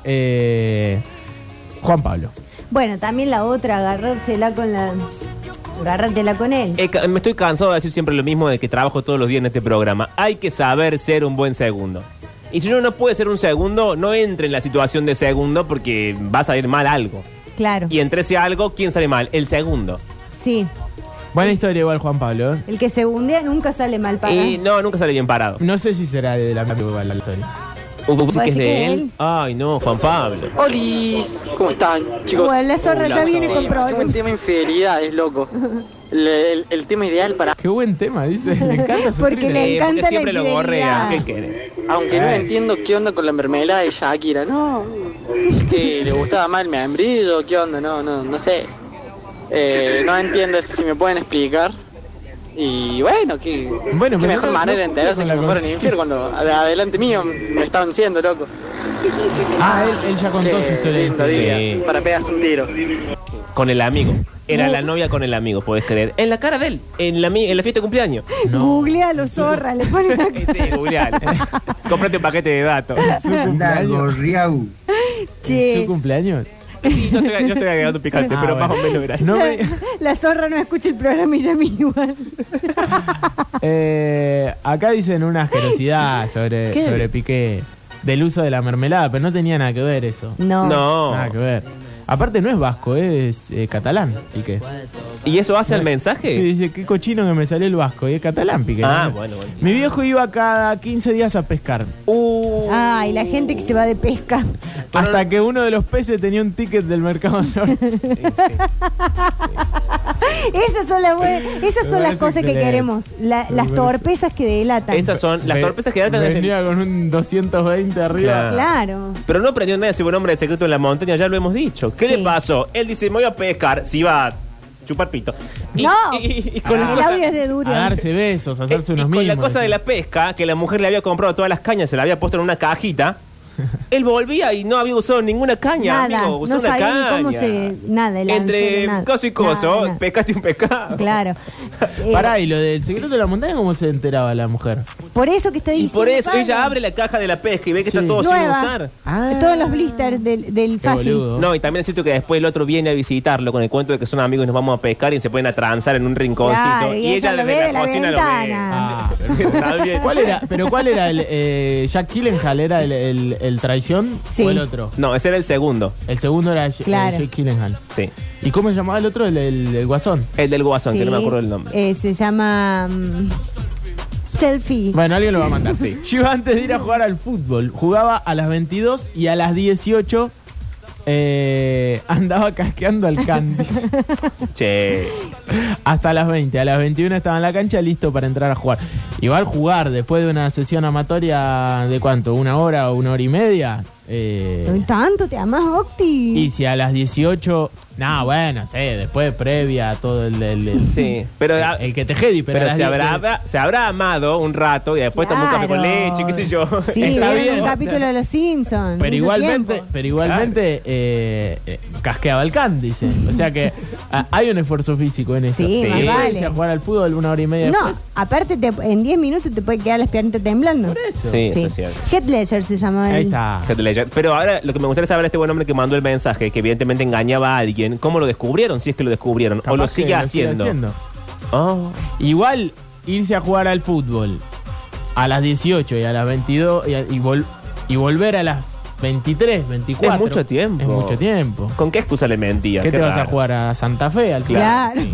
[SPEAKER 2] Juan Pablo.
[SPEAKER 1] Bueno, también la otra, agarrártela con él.
[SPEAKER 3] Me estoy cansado de decir siempre lo mismo de que trabajo todos los días en este programa. Hay que saber ser un buen segundo. Y si uno no puede ser un segundo, no entre en la situación de segundo porque va a salir mal algo.
[SPEAKER 1] Claro.
[SPEAKER 3] Y entre ese algo, ¿quién sale mal? El segundo.
[SPEAKER 1] Sí.
[SPEAKER 2] Buena historia igual Juan Pablo, ¿eh?
[SPEAKER 1] El que se hundea nunca sale mal parado.
[SPEAKER 3] Y no, nunca sale bien parado.
[SPEAKER 2] No sé si será de la misma la historia.
[SPEAKER 3] ¿Puede que es
[SPEAKER 1] decir
[SPEAKER 3] de
[SPEAKER 1] que
[SPEAKER 3] él?
[SPEAKER 1] él?
[SPEAKER 3] Ay, no, Juan Pablo.
[SPEAKER 8] Olis, ¿cómo están, chicos?
[SPEAKER 1] Bueno, la zorra ya viene con
[SPEAKER 8] Tengo un
[SPEAKER 1] problemas.
[SPEAKER 8] tema de infidelidad, es loco. El tema ideal para...
[SPEAKER 2] Qué buen tema, dice. Le encanta
[SPEAKER 1] Porque
[SPEAKER 2] sufrir.
[SPEAKER 1] le encanta
[SPEAKER 3] porque
[SPEAKER 1] la
[SPEAKER 3] siempre lo gorrea.
[SPEAKER 1] infidelidad.
[SPEAKER 3] ¿Qué querés?
[SPEAKER 8] Aunque no entiendo qué onda con la mermelada de Shakira, ¿no? Que le gustaba más el membrillo, ¿qué onda? No sé. No entiendo eso, si me pueden explicar. Y bueno, qué
[SPEAKER 2] Bueno, pero
[SPEAKER 8] mejor
[SPEAKER 2] no-
[SPEAKER 8] manera de
[SPEAKER 2] no
[SPEAKER 8] enterarse
[SPEAKER 2] con
[SPEAKER 8] que
[SPEAKER 2] la
[SPEAKER 8] me fueron
[SPEAKER 2] conciencia.
[SPEAKER 8] infiel cuando adelante mío me estaban siendo, loco.
[SPEAKER 2] Él ya contó su historia.
[SPEAKER 8] Lindo día,
[SPEAKER 3] Sí.
[SPEAKER 8] para pegarse un tiro.
[SPEAKER 3] Con el amigo. Era la novia con el amigo, podés creer. En la cara de él, en la fiesta de cumpleaños.
[SPEAKER 1] Googlealo, zorra, le ponen acá.
[SPEAKER 3] Sí, googlear. Cómprate un paquete de datos.
[SPEAKER 2] ¿Su cumpleaños?
[SPEAKER 1] Che,
[SPEAKER 2] ¿Su cumpleaños?
[SPEAKER 3] Sí, yo estoy agregando picante, pero
[SPEAKER 2] bueno.
[SPEAKER 3] más o menos gracias.
[SPEAKER 2] No me-
[SPEAKER 1] la zorra no escucha el programa y ya me igual.
[SPEAKER 2] Acá dicen una asquerosidad sobre Piqué del uso de la mermelada, pero no tenía nada que ver eso.
[SPEAKER 3] No.
[SPEAKER 2] Nada que ver. Aparte no es vasco, es catalán, Piqué.
[SPEAKER 3] ¿Y eso hace el mensaje?
[SPEAKER 2] Sí, dice, qué cochino que me salió el vasco, y es catalán, Piqué.
[SPEAKER 3] Ah,
[SPEAKER 2] ¿no?
[SPEAKER 3] bueno.
[SPEAKER 2] Mi viejo iba cada 15 días a pescar.
[SPEAKER 1] Ay, la gente que se va de pesca.
[SPEAKER 2] Hasta que uno de los peces tenía un ticket del Mercado Norte.
[SPEAKER 1] Esas son las
[SPEAKER 2] Me parece
[SPEAKER 1] cosas que
[SPEAKER 2] excelente.
[SPEAKER 1] queremos. Las
[SPEAKER 2] parece-
[SPEAKER 1] torpezas que delatan.
[SPEAKER 3] Esas son las torpezas que datan desde...
[SPEAKER 2] Venía con un 220 arriba.
[SPEAKER 1] Claro.
[SPEAKER 3] Pero no aprendió nada de ser un hombre de secreto en la montaña, ya lo hemos dicho. ¿Qué
[SPEAKER 1] Sí.
[SPEAKER 3] le pasó? Él dice, me voy a pescar, si va a chupar pito.
[SPEAKER 1] No.
[SPEAKER 3] Y con la
[SPEAKER 1] El
[SPEAKER 3] cosa-
[SPEAKER 1] audio es de
[SPEAKER 2] A
[SPEAKER 1] Duro.
[SPEAKER 2] darse besos, a hacerse
[SPEAKER 3] y
[SPEAKER 2] unos
[SPEAKER 3] con
[SPEAKER 2] mimos.
[SPEAKER 3] la cosa de la pesca, que la mujer le había comprado todas las cañas, se la había puesto en una cajita. Él volvía y no había usado ninguna caña,
[SPEAKER 1] Nada,
[SPEAKER 3] amigo. Usó
[SPEAKER 1] no
[SPEAKER 3] una
[SPEAKER 1] sabía ni
[SPEAKER 3] caña.
[SPEAKER 1] cómo se... Nada, el
[SPEAKER 3] Entre
[SPEAKER 1] anzuelo, nada.
[SPEAKER 3] coso y coso,
[SPEAKER 1] Nada.
[SPEAKER 3] pescaste un pescado.
[SPEAKER 1] Claro.
[SPEAKER 2] Pará, y lo del secreto de la montaña, ¿cómo se enteraba la mujer?
[SPEAKER 1] Por eso que está
[SPEAKER 3] Y
[SPEAKER 1] diciendo.
[SPEAKER 3] por eso
[SPEAKER 1] Pablo.
[SPEAKER 3] ella abre la caja de la pesca y ve que
[SPEAKER 2] Sí.
[SPEAKER 3] está todo
[SPEAKER 1] Nueva.
[SPEAKER 3] sin usar.
[SPEAKER 1] Todos los blisters del
[SPEAKER 2] Qué
[SPEAKER 1] fácil.
[SPEAKER 2] boludo.
[SPEAKER 3] No, y también es cierto que después el otro viene a visitarlo con el cuento de que son amigos y nos vamos a pescar y se pueden a transar en un rinconcito.
[SPEAKER 1] Claro, y ella lo ve
[SPEAKER 3] desde
[SPEAKER 1] de la
[SPEAKER 3] cocina
[SPEAKER 1] ventana.
[SPEAKER 2] Ah, pero
[SPEAKER 3] Está bien.
[SPEAKER 2] ¿Cuál era el Jack Gyllenhaal? ¿Era el traición
[SPEAKER 1] Sí.
[SPEAKER 2] o el otro?
[SPEAKER 3] No, ese era el segundo.
[SPEAKER 2] El segundo era
[SPEAKER 1] Claro.
[SPEAKER 2] Jake Gyllenhaal.
[SPEAKER 3] Sí.
[SPEAKER 2] ¿Y cómo se llamaba el otro? El guasón.
[SPEAKER 3] El del guasón, que
[SPEAKER 1] Sí.
[SPEAKER 3] no me acuerdo el nombre.
[SPEAKER 1] Se llama Selfie.
[SPEAKER 2] Bueno, alguien lo va a mandar, sí. Yo antes de ir a jugar al fútbol, jugaba a las 22 y a las 18 andaba casqueando al candy.
[SPEAKER 3] Che.
[SPEAKER 2] Hasta las 20. A las 21 estaba en la cancha listo para entrar a jugar. Igual jugar después de una sesión amatoria de ¿cuánto? ¿1 hora o 1 hora y media?
[SPEAKER 1] ¿Tanto te amas, Octi?
[SPEAKER 2] Y si a las 18... No, bueno, sí, después previa todo el
[SPEAKER 3] Sí, pero,
[SPEAKER 2] el que te jedi, pero, a
[SPEAKER 3] pero
[SPEAKER 2] las
[SPEAKER 3] se habrá amado un rato y después tomó un café con
[SPEAKER 1] Claro.
[SPEAKER 3] leche, qué sé yo.
[SPEAKER 1] Sí,
[SPEAKER 2] Está
[SPEAKER 1] vieron
[SPEAKER 2] bien.
[SPEAKER 1] un capítulo de Los Simpsons.
[SPEAKER 2] Pero igualmente,
[SPEAKER 3] Claro.
[SPEAKER 2] casqueaba el candy, dice. O sea que hay un esfuerzo físico en eso.
[SPEAKER 1] Sí,
[SPEAKER 3] más
[SPEAKER 2] Irse
[SPEAKER 1] vale.
[SPEAKER 2] a jugar al fútbol 1 hora y media
[SPEAKER 1] No,
[SPEAKER 2] después.
[SPEAKER 1] aparte en 10 minutos te puede quedar las piernitas temblando.
[SPEAKER 2] Por eso.
[SPEAKER 3] Sí,
[SPEAKER 1] Sí.
[SPEAKER 3] eso es cierto.
[SPEAKER 1] Heath Ledger se llama
[SPEAKER 2] Ahí
[SPEAKER 1] él.
[SPEAKER 2] está.
[SPEAKER 3] Heath Ledger. ayer. Pero ahora lo que me gustaría saber a este buen hombre que mandó el mensaje, que evidentemente engañaba a alguien, ¿cómo lo descubrieron? Si es que lo descubrieron.
[SPEAKER 2] Capaz
[SPEAKER 3] O lo
[SPEAKER 2] que
[SPEAKER 3] sigue haciendo. Oh.
[SPEAKER 2] Igual irse a jugar al fútbol a las 18 y a las 22 y volver a las 23, 24.
[SPEAKER 3] Es mucho tiempo.
[SPEAKER 2] Es mucho tiempo.
[SPEAKER 3] ¿Con qué excusa le mentía?
[SPEAKER 2] ¿Qué te vas a
[SPEAKER 3] raro.
[SPEAKER 2] jugar a Santa Fe? Al
[SPEAKER 1] Claro.
[SPEAKER 2] Sí.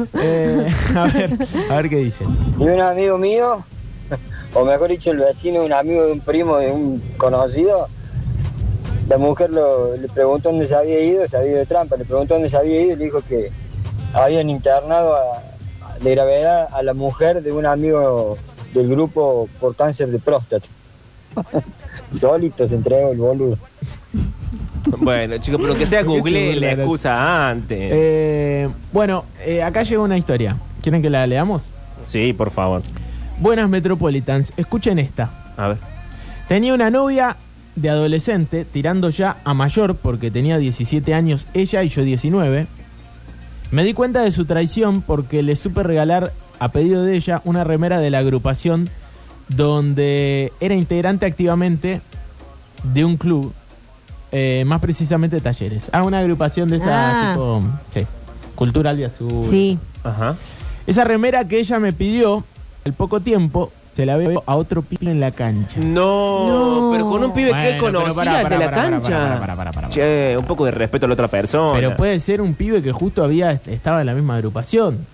[SPEAKER 2] A ver qué dicen.
[SPEAKER 9] Y un amigo mío, o mejor dicho el vecino, un amigo de un primo de un conocido, la mujer le preguntó dónde se había ido de trampa, le preguntó dónde se había ido y le dijo que habían internado de gravedad a la mujer de un amigo del grupo por cáncer de próstata. Solito se entregó el boludo.
[SPEAKER 3] Bueno, chicos, pero que sea
[SPEAKER 2] ¿Por qué
[SPEAKER 3] Google
[SPEAKER 2] se
[SPEAKER 3] la
[SPEAKER 2] burla?
[SPEAKER 3] excusa antes.
[SPEAKER 2] Bueno, acá llegó una historia. ¿Quieren que la leamos?
[SPEAKER 3] Sí, por favor.
[SPEAKER 2] Buenas Metropolitans, escuchen esta.
[SPEAKER 3] A ver.
[SPEAKER 2] Tenía una novia de adolescente, tirando ya a mayor, porque tenía 17 años ella y yo 19. Me di cuenta de su traición porque le supe regalar, a pedido de ella, una remera de la agrupación donde era integrante activamente de un club, más precisamente Talleres. Una agrupación de esa tipo, sí, Cultural de Azul.
[SPEAKER 1] Sí.
[SPEAKER 3] Ajá.
[SPEAKER 2] Esa remera que ella me pidió, al poco tiempo, se la veo a otro pibe en la cancha.
[SPEAKER 3] No, pero con un pibe que él
[SPEAKER 2] Bueno, pero
[SPEAKER 3] conocía de la cancha.
[SPEAKER 2] Pará.
[SPEAKER 3] Che, un poco de respeto a la otra persona.
[SPEAKER 2] Pero puede ser un pibe que justo estaba en la misma agrupación.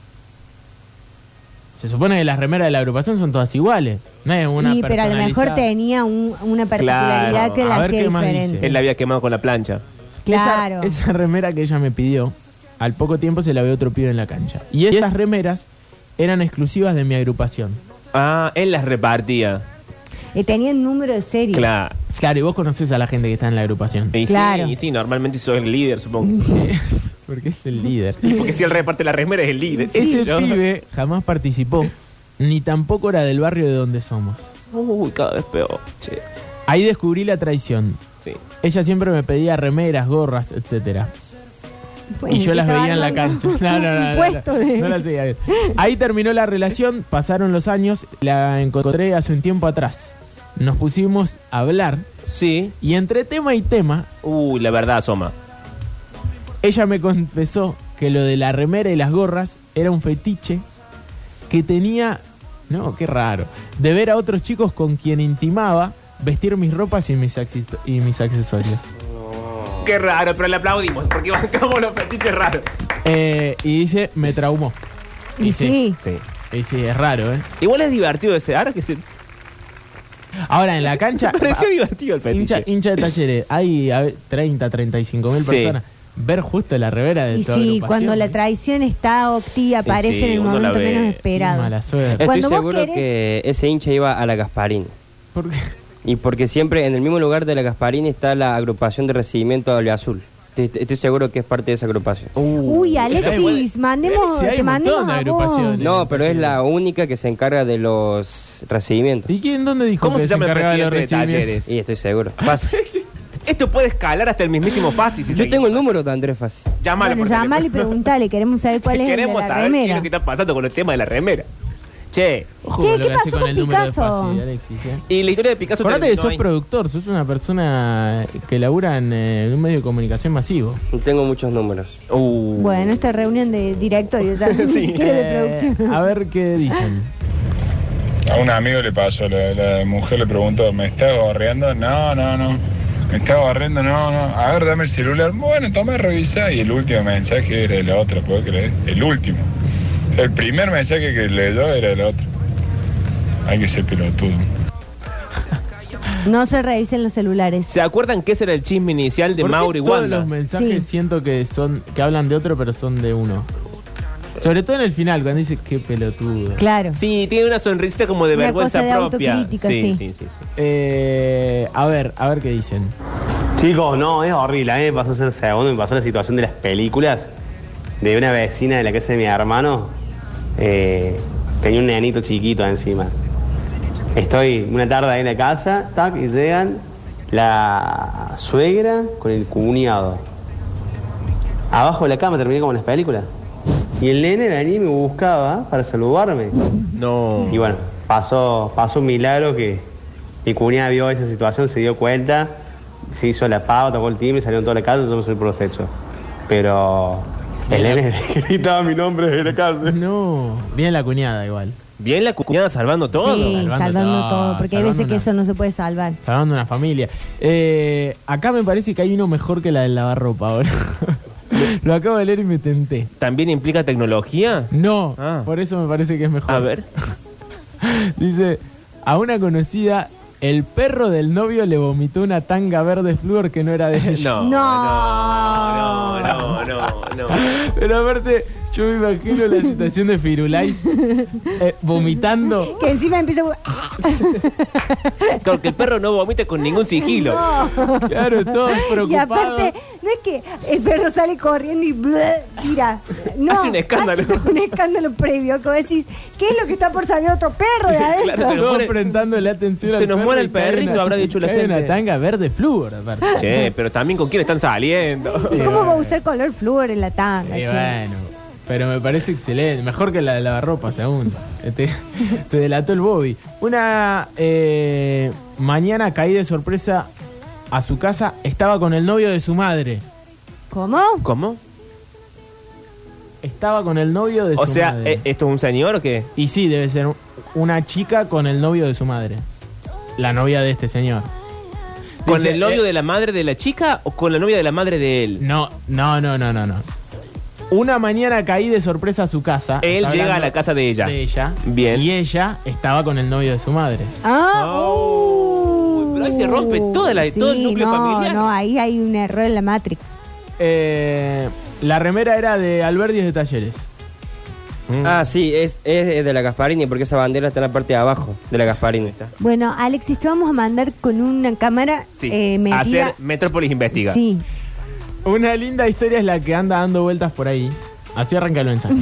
[SPEAKER 2] Se supone que las remeras de la agrupación son todas iguales. No es una
[SPEAKER 1] Sí, pero a lo mejor
[SPEAKER 2] personalizada.
[SPEAKER 1] tenía una particularidad
[SPEAKER 3] Claro.
[SPEAKER 1] que la
[SPEAKER 2] A ver
[SPEAKER 1] hacía
[SPEAKER 2] qué más
[SPEAKER 1] diferente.
[SPEAKER 2] dice.
[SPEAKER 3] Él la había quemado con la plancha.
[SPEAKER 1] Claro.
[SPEAKER 2] Esa remera que ella me pidió, al poco tiempo se la ve otro pibe en la cancha. Y estas remeras eran exclusivas de mi agrupación.
[SPEAKER 3] Ah, él las repartía.
[SPEAKER 1] Tenían número de serie.
[SPEAKER 3] Claro.
[SPEAKER 2] Claro, y vos conocés a la gente que está en la agrupación.
[SPEAKER 3] Y
[SPEAKER 1] Claro.
[SPEAKER 3] sí, normalmente soy el líder, supongo. que sí.
[SPEAKER 2] Porque es el líder.
[SPEAKER 3] Porque si él reparte la remera es el líder.
[SPEAKER 2] Ese
[SPEAKER 3] ¿no?
[SPEAKER 2] pibe jamás participó, ni tampoco era del barrio de donde somos.
[SPEAKER 3] Uy, cada vez peor. Che.
[SPEAKER 2] Ahí descubrí la traición.
[SPEAKER 3] Sí.
[SPEAKER 2] Ella siempre me pedía remeras, gorras, etcétera.
[SPEAKER 1] Bueno,
[SPEAKER 2] Y yo
[SPEAKER 1] ¿qué
[SPEAKER 2] las
[SPEAKER 1] estaba
[SPEAKER 2] veía en la
[SPEAKER 1] hablando?
[SPEAKER 2] cancha. No.
[SPEAKER 1] Puesto de-
[SPEAKER 2] No la seguía bien. Ahí terminó la relación, pasaron los años, la encontré hace un tiempo atrás. Nos pusimos a hablar
[SPEAKER 3] Sí.
[SPEAKER 2] y entre tema y tema,
[SPEAKER 3] Uy, la verdad asoma.
[SPEAKER 2] ella me confesó que lo de la remera y las gorras era un fetiche que tenía, no, qué raro, de ver a otros chicos con quien intimaba, vestir mis ropas y mis accesorios.
[SPEAKER 3] Qué raro, pero le aplaudimos porque bancamos los fetiches raros.
[SPEAKER 2] Y dice, me traumó.
[SPEAKER 1] Y sí.
[SPEAKER 3] Sí.
[SPEAKER 2] Y sí, es raro, ¿eh?
[SPEAKER 3] Igual es divertido ese. Ahora que se.
[SPEAKER 2] Ahora, en la cancha,
[SPEAKER 3] Me pareció divertido el fetiche.
[SPEAKER 2] hincha de Talleres, hay 30, 35 mil
[SPEAKER 3] Sí.
[SPEAKER 2] personas. Ver justo la remera de
[SPEAKER 1] Y
[SPEAKER 2] tu
[SPEAKER 1] sí,
[SPEAKER 2] agrupación.
[SPEAKER 1] cuando la traición está activa, aparece
[SPEAKER 3] sí,
[SPEAKER 1] en el
[SPEAKER 3] uno la
[SPEAKER 1] momento
[SPEAKER 3] ve.
[SPEAKER 1] menos
[SPEAKER 2] Qué
[SPEAKER 1] esperado.
[SPEAKER 2] mala suerte.
[SPEAKER 4] Estoy
[SPEAKER 1] Cuando vos
[SPEAKER 4] seguro
[SPEAKER 1] querés-
[SPEAKER 4] que ese hincha iba a la Gasparín.
[SPEAKER 2] ¿Por qué?
[SPEAKER 4] Y porque siempre en el mismo lugar de la Gasparín está la agrupación de recibimiento de Azul. Estoy seguro que es parte de esa agrupación.
[SPEAKER 1] Uy, Alexis, mandemos,
[SPEAKER 2] Sí, hay
[SPEAKER 1] te
[SPEAKER 2] un
[SPEAKER 1] mandemos
[SPEAKER 2] montón de
[SPEAKER 1] a vos.
[SPEAKER 2] agrupaciones.
[SPEAKER 4] No, pero es la única que se encarga de los recibimientos.
[SPEAKER 2] ¿Y quién dónde dijo
[SPEAKER 3] ¿Cómo
[SPEAKER 2] que
[SPEAKER 3] se llama el
[SPEAKER 2] encargaba de los
[SPEAKER 3] presidente de
[SPEAKER 2] recibimientos?
[SPEAKER 3] Talleres?
[SPEAKER 4] Y estoy seguro. Pasa.
[SPEAKER 3] Esto puede escalar hasta el mismísimo Fasi. Si
[SPEAKER 4] Yo
[SPEAKER 3] seguimos.
[SPEAKER 4] tengo el número de Andrés Fassi.
[SPEAKER 3] Llámalo
[SPEAKER 1] Bueno,
[SPEAKER 3] por
[SPEAKER 1] llamale y
[SPEAKER 3] teléfono.
[SPEAKER 1] preguntale, queremos saber cuál es el de
[SPEAKER 3] Queremos
[SPEAKER 1] la
[SPEAKER 3] saber qué es
[SPEAKER 1] remera.
[SPEAKER 3] lo que está pasando con el tema de la remera. Che,
[SPEAKER 2] Ojo
[SPEAKER 1] Che,
[SPEAKER 2] con lo
[SPEAKER 1] ¿qué
[SPEAKER 2] que hace
[SPEAKER 1] pasó
[SPEAKER 2] con el
[SPEAKER 1] con
[SPEAKER 2] número de
[SPEAKER 1] Picasso?
[SPEAKER 2] Fasi, Alexis,
[SPEAKER 3] y la historia de Picasso
[SPEAKER 2] Acordate que
[SPEAKER 3] terminó
[SPEAKER 2] sos
[SPEAKER 3] ahí.
[SPEAKER 2] productor, sos una persona que labura en un medio de comunicación masivo.
[SPEAKER 4] Tengo muchos números.
[SPEAKER 1] Bueno, esta reunión de directorio ya, ni
[SPEAKER 3] Sí.
[SPEAKER 1] siquiera de producción.
[SPEAKER 2] A ver qué dicen.
[SPEAKER 10] A un amigo le pasó, la mujer le preguntó, ¿me estás gorreando? No. ¿Me estás gorreando? No. A ver, dame el celular. Bueno, toma, revisa. Y el último mensaje era de la otra, ¿puedo creer? El último. O sea, el primer mensaje que leyó era de la otra. Hay que ser pelotudo.
[SPEAKER 1] No se revisen los celulares.
[SPEAKER 3] ¿Se acuerdan que ese era el chisme inicial de
[SPEAKER 2] ¿Por qué
[SPEAKER 3] Mauro y
[SPEAKER 2] todos
[SPEAKER 3] Wanda?
[SPEAKER 2] los mensajes
[SPEAKER 1] Sí.
[SPEAKER 2] siento que hablan de otro, pero son de uno? Sobre todo en el final, cuando dice qué pelotudo.
[SPEAKER 1] Claro.
[SPEAKER 3] Sí, tiene una sonrisita como de
[SPEAKER 1] Una
[SPEAKER 3] vergüenza
[SPEAKER 1] cosa de
[SPEAKER 3] propia.
[SPEAKER 1] autocrítica, sí.
[SPEAKER 2] A ver qué dicen.
[SPEAKER 11] Chicos, no, es horrible. A mí me pasó ser segundo, me pasó la situación de las películas de una vecina de la casa de mi hermano. Tenía un nenito chiquito encima. Estoy una tarde ahí en la casa, tac, y llegan la suegra con el cuñado. Abajo de la cama terminé como en las películas. Y el nene venía y me buscaba para saludarme.
[SPEAKER 3] No.
[SPEAKER 11] Y bueno, pasó un milagro que mi cuñada vio esa situación, se dio cuenta se hizo la pauta, tocó el timbre, salieron toda la casa, yo me subí por los techos. Pero el nene gritaba mi nombre desde la casa.
[SPEAKER 2] No, bien la cuñada igual.
[SPEAKER 3] Bien la cuñada salvando todo.
[SPEAKER 1] Sí, salvando todo, porque hay veces que eso no se puede salvar.
[SPEAKER 2] Salvando una familia. Acá me parece que hay uno mejor que la del lavarropa ahora. Lo acabo de leer y me tenté.
[SPEAKER 3] ¿También implica tecnología?
[SPEAKER 2] No, por eso me parece que es mejor.
[SPEAKER 3] A ver.
[SPEAKER 2] Dice, a una conocida, el perro del novio le vomitó una tanga verde flúor que no era de ella.
[SPEAKER 3] No.
[SPEAKER 2] Pero aparte, yo me imagino la situación de Firulais vomitando.
[SPEAKER 1] Que encima empieza
[SPEAKER 3] Claro, que el perro no vomita con ningún sigilo.
[SPEAKER 1] No.
[SPEAKER 2] Claro, todos preocupados.
[SPEAKER 1] Y aparte, no es que el perro sale corriendo y tira. No,
[SPEAKER 3] hace un escándalo.
[SPEAKER 1] Hace un escándalo previo. Como decís, ¿qué es lo que está por salir otro perro de adentro?
[SPEAKER 3] Claro,
[SPEAKER 2] Todos prestando la atención al
[SPEAKER 3] se nos
[SPEAKER 2] perro
[SPEAKER 3] muere
[SPEAKER 2] y
[SPEAKER 3] el perrito, habrá dicho la
[SPEAKER 2] cae
[SPEAKER 3] gente.
[SPEAKER 2] una tanga verde flúor, aparte.
[SPEAKER 3] Che, pero también con quién están saliendo.
[SPEAKER 1] ¿Y cómo va a usar color flúor en la tanga?
[SPEAKER 2] Y
[SPEAKER 1] che?
[SPEAKER 2] bueno, pero me parece excelente. Mejor que la de lavarropas aún. Te delató el Bobby. Una mañana caí de sorpresa a su casa. Estaba con el novio de su madre.
[SPEAKER 1] ¿Cómo?
[SPEAKER 3] ¿Cómo?
[SPEAKER 2] Estaba con el novio de su madre. O sea,
[SPEAKER 3] ¿esto es un señor o qué?
[SPEAKER 2] Y sí, debe ser una chica con el novio de su madre. La novia de este señor.
[SPEAKER 3] ¿Con
[SPEAKER 2] Dice,
[SPEAKER 3] el novio de la madre de la chica o con la novia de la madre de él?
[SPEAKER 2] No. Una mañana caí de sorpresa a su casa.
[SPEAKER 3] Él llega a la casa de ella. Bien.
[SPEAKER 2] Y ella estaba con el novio de su madre.
[SPEAKER 3] Pero ahí se rompe todo el núcleo familiar.
[SPEAKER 1] No, ahí hay un error en la Matrix.
[SPEAKER 2] La remera era de Alberdi de Talleres.
[SPEAKER 4] Ah, sí, es de la Gasparini, porque esa bandera está en la parte de abajo de la Gasparini.
[SPEAKER 1] Bueno, Alexis, te vamos a mandar con una cámara metida.
[SPEAKER 3] A hacer Metrópolis Investiga.
[SPEAKER 1] Sí.
[SPEAKER 2] Una linda historia es la que anda dando vueltas por ahí. Así arranca el mensaje.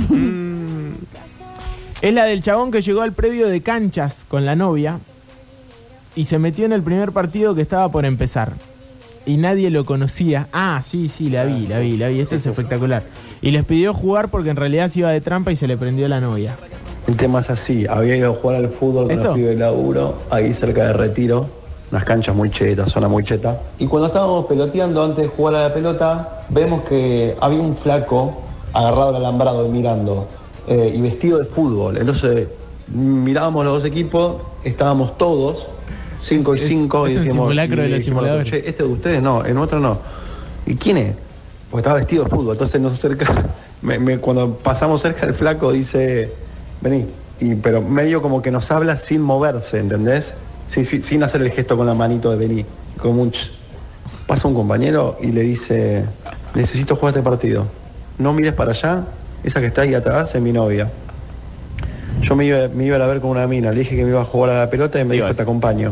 [SPEAKER 2] Es la del chabón que llegó al predio de canchas con la novia y se metió en el primer partido que estaba por empezar. Y nadie lo conocía. Ah, sí, la vi. Esto es espectacular. Y les pidió jugar porque en realidad se iba de trampa y se le prendió la novia.
[SPEAKER 12] El tema es así, había ido a jugar al fútbol con los pibes de laburo, ahí cerca de Retiro, unas canchas muy chetas, zona muy cheta. Y cuando estábamos peloteando, antes de jugar a la pelota, vemos que había un flaco agarrado al alambrado y mirando, y vestido de fútbol. Entonces mirábamos los dos equipos, estábamos todos, 5 y 5, y
[SPEAKER 2] decíamos... Es un simulacro de los simuladores.
[SPEAKER 12] Che, este de ustedes no, en otro no. ¿Y quién es? Porque estaba vestido de fútbol, entonces nos acerca, cuando pasamos cerca el flaco dice, vení, pero medio como que nos habla sin moverse, ¿entendés? Sí, sin hacer el gesto con la manito de vení, como un pasa un compañero y le dice, necesito jugar este partido, no mires para allá, esa que está ahí atrás es mi novia. Yo me iba a ver con una mina, le dije que me iba a jugar a la pelota y me dijo, te acompaño.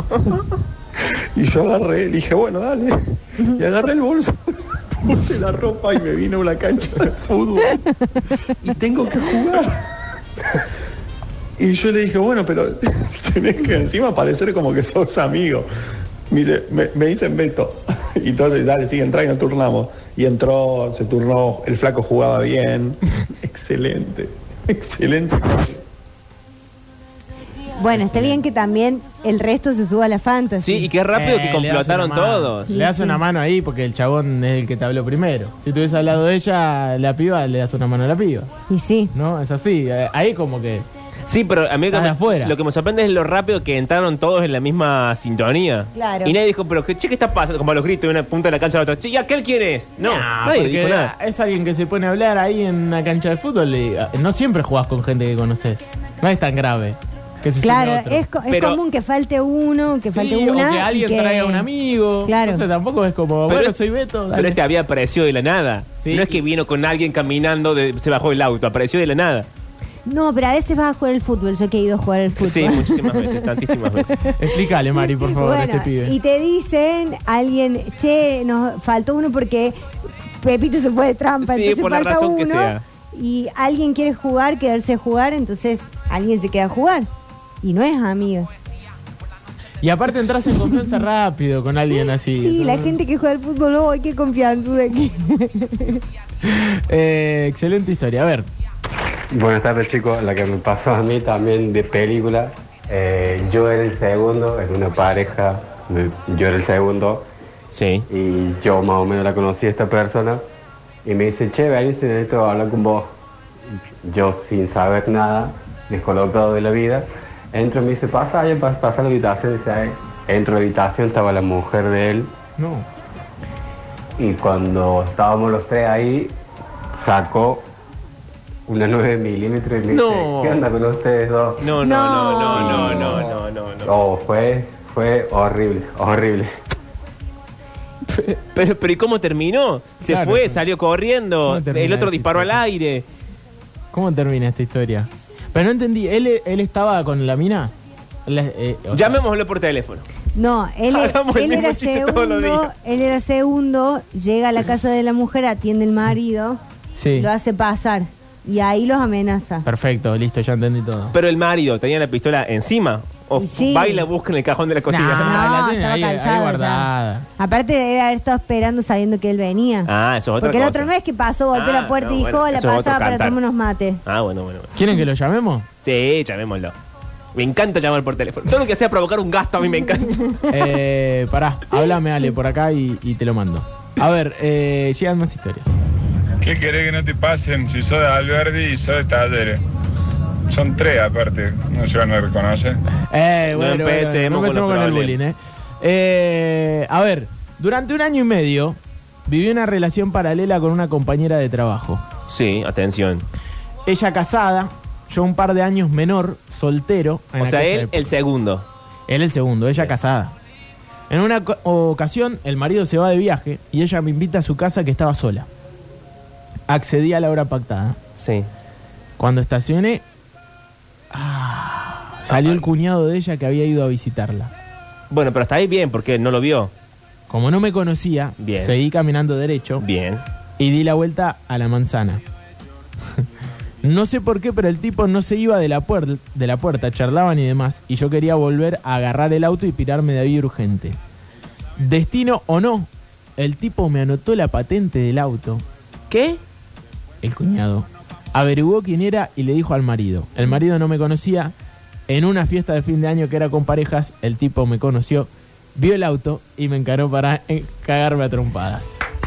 [SPEAKER 12] Y yo agarré, le dije, bueno, dale, y agarré el bolso, puse la ropa y me vino a una cancha de fútbol y tengo que jugar. Y yo le dije, bueno, pero tenés que encima parecer como que sos amigo. Me dicen Beto. Y entonces, dale, sí, entra y nos turnamos. Y entró, se turnó, el flaco jugaba bien. Excelente.
[SPEAKER 1] Bueno, está bien que también el resto se suba a la fantasy.
[SPEAKER 3] Sí, y qué rápido que complotaron todos.
[SPEAKER 2] Le das una mano ahí porque el chabón es el que te habló primero. Si tú hubiese hablado de ella, la piba, le das una mano a la piba.
[SPEAKER 1] Y sí.
[SPEAKER 2] ¿No? Es así. Ahí como que...
[SPEAKER 3] Sí, pero a mí lo que me sorprende es lo rápido que entraron todos en la misma sintonía.
[SPEAKER 1] Claro.
[SPEAKER 3] Y nadie dijo, pero ¿qué está pasando? Como a los gritos de una punta de la cancha a la otra. Che, ¿y aquel quién es? No, nadie dijo nada.
[SPEAKER 2] Es alguien que se pone a hablar ahí en una cancha de fútbol y no siempre jugás con gente que conoces. No es tan grave.
[SPEAKER 1] Claro, es común que falte uno, que falte una.
[SPEAKER 2] O que alguien traiga un amigo.
[SPEAKER 1] Claro.
[SPEAKER 2] Entonces tampoco es como,
[SPEAKER 3] pero
[SPEAKER 2] bueno, soy Beto. Dale.
[SPEAKER 3] Pero este había aparecido de la nada. Sí. No es que vino con alguien caminando, se bajó del auto, apareció de la nada.
[SPEAKER 1] No, pero a veces vas a jugar al fútbol. Yo que he ido a jugar al fútbol.
[SPEAKER 3] Sí, muchísimas veces, tantísimas veces.
[SPEAKER 2] Explícale, Mari, por favor, a este pibe.
[SPEAKER 1] Y te dicen, alguien, che, nos faltó uno porque Pepito se fue de trampa.
[SPEAKER 3] Sí,
[SPEAKER 1] entonces
[SPEAKER 3] por la
[SPEAKER 1] falta
[SPEAKER 3] razón
[SPEAKER 1] uno,
[SPEAKER 3] que sea.
[SPEAKER 1] Y alguien quiere jugar, quedarse a jugar, entonces alguien se queda a jugar. Y no es amigo.
[SPEAKER 2] Y aparte entras en confianza rápido con alguien así.
[SPEAKER 1] Sí, ¿no? La gente que juega al fútbol, ¡ay, qué confianza de aquí!
[SPEAKER 2] Excelente historia, a ver.
[SPEAKER 13] Buenas tardes, chicos. La que me pasó a mí también de película. Yo era el segundo en una pareja. Yo era el segundo.
[SPEAKER 3] Sí.
[SPEAKER 13] Y yo más o menos la conocí a esta persona. Y me dice, che, vení, necesito hablar con vos. Yo sin saber nada, descolocado de la vida, entro y me dice, pasa a la habitación. Dice, "Ay". Entro a la habitación, estaba la mujer de él.
[SPEAKER 2] No.
[SPEAKER 13] Y cuando estábamos los tres ahí, sacó una 9 milímetros y me
[SPEAKER 3] No.
[SPEAKER 13] dice, ¿qué onda con ustedes dos?
[SPEAKER 3] No.
[SPEAKER 13] Oh, fue horrible, horrible.
[SPEAKER 3] Pero ¿y cómo terminó? Se
[SPEAKER 2] Claro.
[SPEAKER 3] fue, salió corriendo,
[SPEAKER 2] ¿Cómo termina
[SPEAKER 3] el otro
[SPEAKER 2] esta
[SPEAKER 3] disparó al
[SPEAKER 2] historia?
[SPEAKER 3] aire.
[SPEAKER 2] ¿Cómo termina esta historia? Pero no entendí, ¿él estaba con la mina? O sea,
[SPEAKER 3] Llamémoslo por teléfono.
[SPEAKER 1] No, él
[SPEAKER 3] Hagamos el mismo
[SPEAKER 1] era
[SPEAKER 3] chiste todos los
[SPEAKER 1] segundo,
[SPEAKER 3] días.
[SPEAKER 1] él era segundo, llega a la casa de la mujer, atiende el marido,
[SPEAKER 2] Sí.
[SPEAKER 1] lo hace pasar y ahí los amenaza.
[SPEAKER 2] Perfecto, listo, ya entendí todo.
[SPEAKER 3] Pero el marido tenía la pistola encima. O
[SPEAKER 1] Y sí.
[SPEAKER 3] va y la busca en el cajón de la cocina.
[SPEAKER 2] la tiene
[SPEAKER 1] estaba
[SPEAKER 2] ahí
[SPEAKER 1] cansado
[SPEAKER 2] guardada.
[SPEAKER 1] Aparte debe haber estado esperando sabiendo que él venía.
[SPEAKER 3] Ah, eso es otra
[SPEAKER 1] Porque el
[SPEAKER 3] cosa.
[SPEAKER 1] otro no es que pasó, golpeó
[SPEAKER 3] Ah,
[SPEAKER 1] la puerta
[SPEAKER 3] no,
[SPEAKER 1] y dijo,
[SPEAKER 3] bueno,
[SPEAKER 1] la
[SPEAKER 3] eso es otro
[SPEAKER 1] pasaba para
[SPEAKER 3] cantar.
[SPEAKER 1] tomar unos mates.
[SPEAKER 3] Ah, bueno.
[SPEAKER 2] ¿Quieren que lo llamemos?
[SPEAKER 3] Sí, llamémoslo. Me encanta llamar por teléfono. Todo lo que sea provocar un gasto a mí me encanta.
[SPEAKER 2] Pará, háblame Ale por acá y te lo mando. A ver, llegan más historias.
[SPEAKER 10] ¿Qué querés que no te pasen si sos de Alberdi y sos de Talleres? Son 3 aparte, no se van a reconocer.
[SPEAKER 2] Bueno,
[SPEAKER 3] No empecemos
[SPEAKER 2] no
[SPEAKER 3] con los
[SPEAKER 2] con el
[SPEAKER 3] problemas.
[SPEAKER 2] bullying, A ver, durante 1 año y medio viví una relación paralela con una compañera de trabajo.
[SPEAKER 3] Sí, atención.
[SPEAKER 2] Ella casada, yo un par de años menor, soltero. en
[SPEAKER 3] O sea,
[SPEAKER 2] aquella
[SPEAKER 3] él
[SPEAKER 2] época.
[SPEAKER 3] el segundo.
[SPEAKER 2] Él el segundo, ella casada. En una ocasión, el marido se va de viaje y ella me invita a su casa que estaba sola. Accedí a la hora pactada.
[SPEAKER 3] Sí.
[SPEAKER 2] Cuando estacioné, salió el cuñado de ella que había ido a visitarla.
[SPEAKER 3] Bueno, pero hasta ahí bien, porque no lo vio.
[SPEAKER 2] Como no me conocía,
[SPEAKER 3] Bien.
[SPEAKER 2] seguí caminando derecho
[SPEAKER 3] Bien.
[SPEAKER 2] y di la vuelta a la manzana. No sé por qué, pero el tipo no se iba de la puerta, charlaban y demás, y yo quería volver a agarrar el auto y pirarme de ahí urgente. Destino o no, el tipo me anotó la patente del auto.
[SPEAKER 3] ¿Qué?
[SPEAKER 2] El cuñado. Averiguó quién era y le dijo al marido. El marido no me conocía. En una fiesta de fin de año que era con parejas, el tipo me conoció, vio el auto y me encaró para cagarme a trompadas.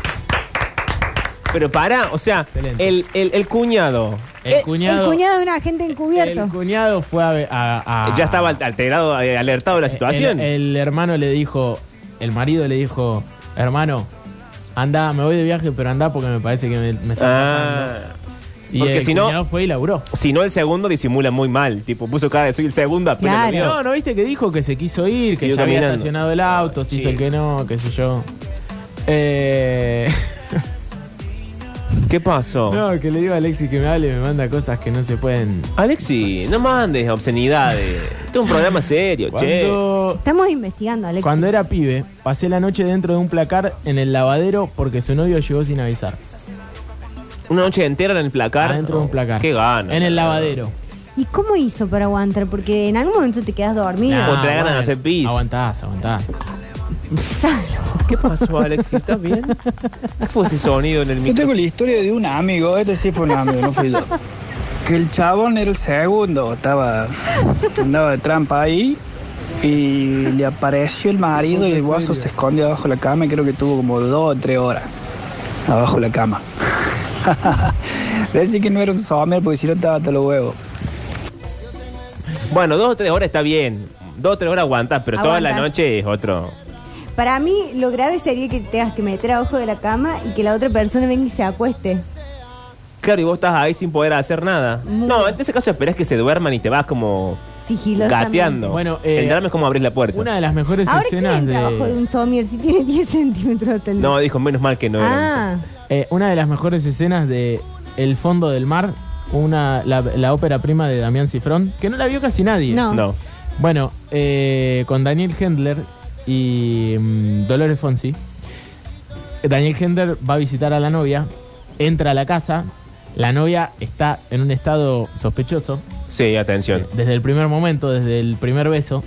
[SPEAKER 3] Pero para, o sea, el cuñado.
[SPEAKER 2] El cuñado
[SPEAKER 1] de un agente encubierto.
[SPEAKER 2] El cuñado fue a
[SPEAKER 3] Ya estaba alterado, alertado de la situación.
[SPEAKER 2] El hermano le dijo, el marido le dijo, hermano, anda, me voy de viaje, pero anda porque me parece que me está pasando. Y
[SPEAKER 3] Porque
[SPEAKER 2] el
[SPEAKER 3] si no,
[SPEAKER 2] cuñado fue y laburó.
[SPEAKER 3] Si no, el segundo disimula muy mal. Tipo, puso cara de soy el segundo, apenas lo vio.
[SPEAKER 2] No, ¿no viste que dijo que se quiso ir, que
[SPEAKER 3] Siguió
[SPEAKER 2] ya había
[SPEAKER 3] caminando.
[SPEAKER 2] estacionado el auto, se hizo el que no, qué sé yo?
[SPEAKER 3] ¿Qué pasó?
[SPEAKER 2] No, que le digo a Alexis que me hable y me manda cosas que no se pueden...
[SPEAKER 3] Alexis, no mandes obscenidades. Esto es un programa serio, che.
[SPEAKER 1] Estamos investigando, Alex.
[SPEAKER 2] Cuando era pibe, pasé la noche dentro de un placar en el lavadero porque su novio llegó sin avisar.
[SPEAKER 3] Una noche entera en el placar.
[SPEAKER 2] Adentro de un placar.
[SPEAKER 3] Qué gana.
[SPEAKER 2] En el lavadero.
[SPEAKER 1] ¿Y cómo hizo para aguantar? Porque en algún momento te quedas dormido.
[SPEAKER 3] O te da ganas de hacer pis.
[SPEAKER 2] Aguantás.
[SPEAKER 3] ¿Qué pasó, Alexis? ¿Estás bien? ¿Qué fue ese sonido en el
[SPEAKER 14] Yo
[SPEAKER 3] micro?
[SPEAKER 14] tengo la historia de un amigo, este sí fue un amigo, no fui yo. Que el chabón era el segundo, andaba de trampa ahí y le apareció el marido y el guaso se escondió abajo de la cama y creo que tuvo como 2 o 3 horas abajo de la cama. Decir que no era un somer porque si no estaba hasta los huevos.
[SPEAKER 3] Bueno, 2 o 3 horas está bien. 2 o 3 horas aguantas, pero toda la
[SPEAKER 1] Aguantás.
[SPEAKER 3] noche es otro.
[SPEAKER 1] Para mí, lo grave sería que te tengas que meter abajo de la cama y que la otra persona venga y se acueste.
[SPEAKER 3] Claro, y vos estás ahí sin poder hacer nada. No, en ese caso esperás que se duerman y te vas como
[SPEAKER 1] Sigilosamente.
[SPEAKER 3] gateando.
[SPEAKER 2] Bueno,
[SPEAKER 3] el drama es como abrir la puerta.
[SPEAKER 2] Una de las mejores
[SPEAKER 1] Ahora, ¿quién
[SPEAKER 2] escenas
[SPEAKER 1] entra abajo de un somier si tiene 10 centímetros hasta el...
[SPEAKER 3] No, dijo, menos mal que no era.
[SPEAKER 2] Una de las mejores escenas de El fondo del mar, la ópera prima de Damián Cifrón, que no la vio casi nadie.
[SPEAKER 3] No.
[SPEAKER 2] Bueno, con Daniel Hendler y Dolores Fonsi. Daniel Hendler va a visitar a la novia, entra a la casa, la novia está en un estado sospechoso.
[SPEAKER 3] Sí, atención.
[SPEAKER 2] Desde el primer momento, desde el primer beso.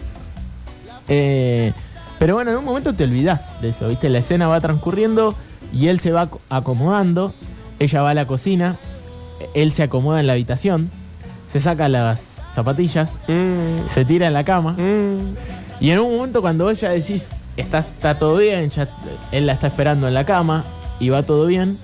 [SPEAKER 2] Pero bueno, en un momento te olvidás de eso, ¿viste? La escena va transcurriendo y él se va acomodando, ella va a la cocina, él se acomoda en la habitación, se saca las zapatillas, se tira en la cama y en un momento cuando vos ya decís, está todo bien, ya él la está esperando en la cama y va todo bien.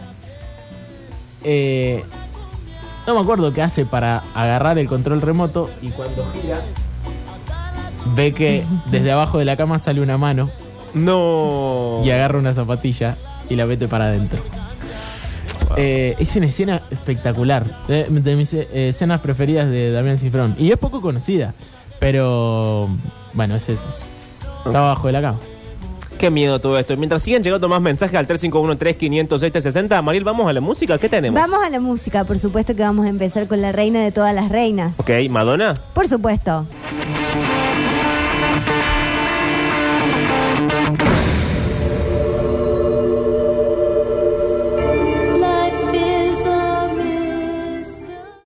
[SPEAKER 2] No me acuerdo qué hace para agarrar el control remoto y cuando gira ve que desde abajo de la cama sale una mano.
[SPEAKER 3] No.
[SPEAKER 2] Y agarra una zapatilla y la mete para adentro. Es una escena espectacular, de mis escenas preferidas de Damián Cifrón. Y es poco conocida, pero bueno, es eso. Está abajo de la cama.
[SPEAKER 3] Qué miedo todo esto. Mientras siguen llegando más mensajes al 351-3506-360, Mariel, ¿vamos a la música? ¿Qué tenemos?
[SPEAKER 1] Vamos a la música, por supuesto que vamos a empezar con la reina de todas las reinas.
[SPEAKER 3] Ok, ¿Madonna?
[SPEAKER 1] Por supuesto.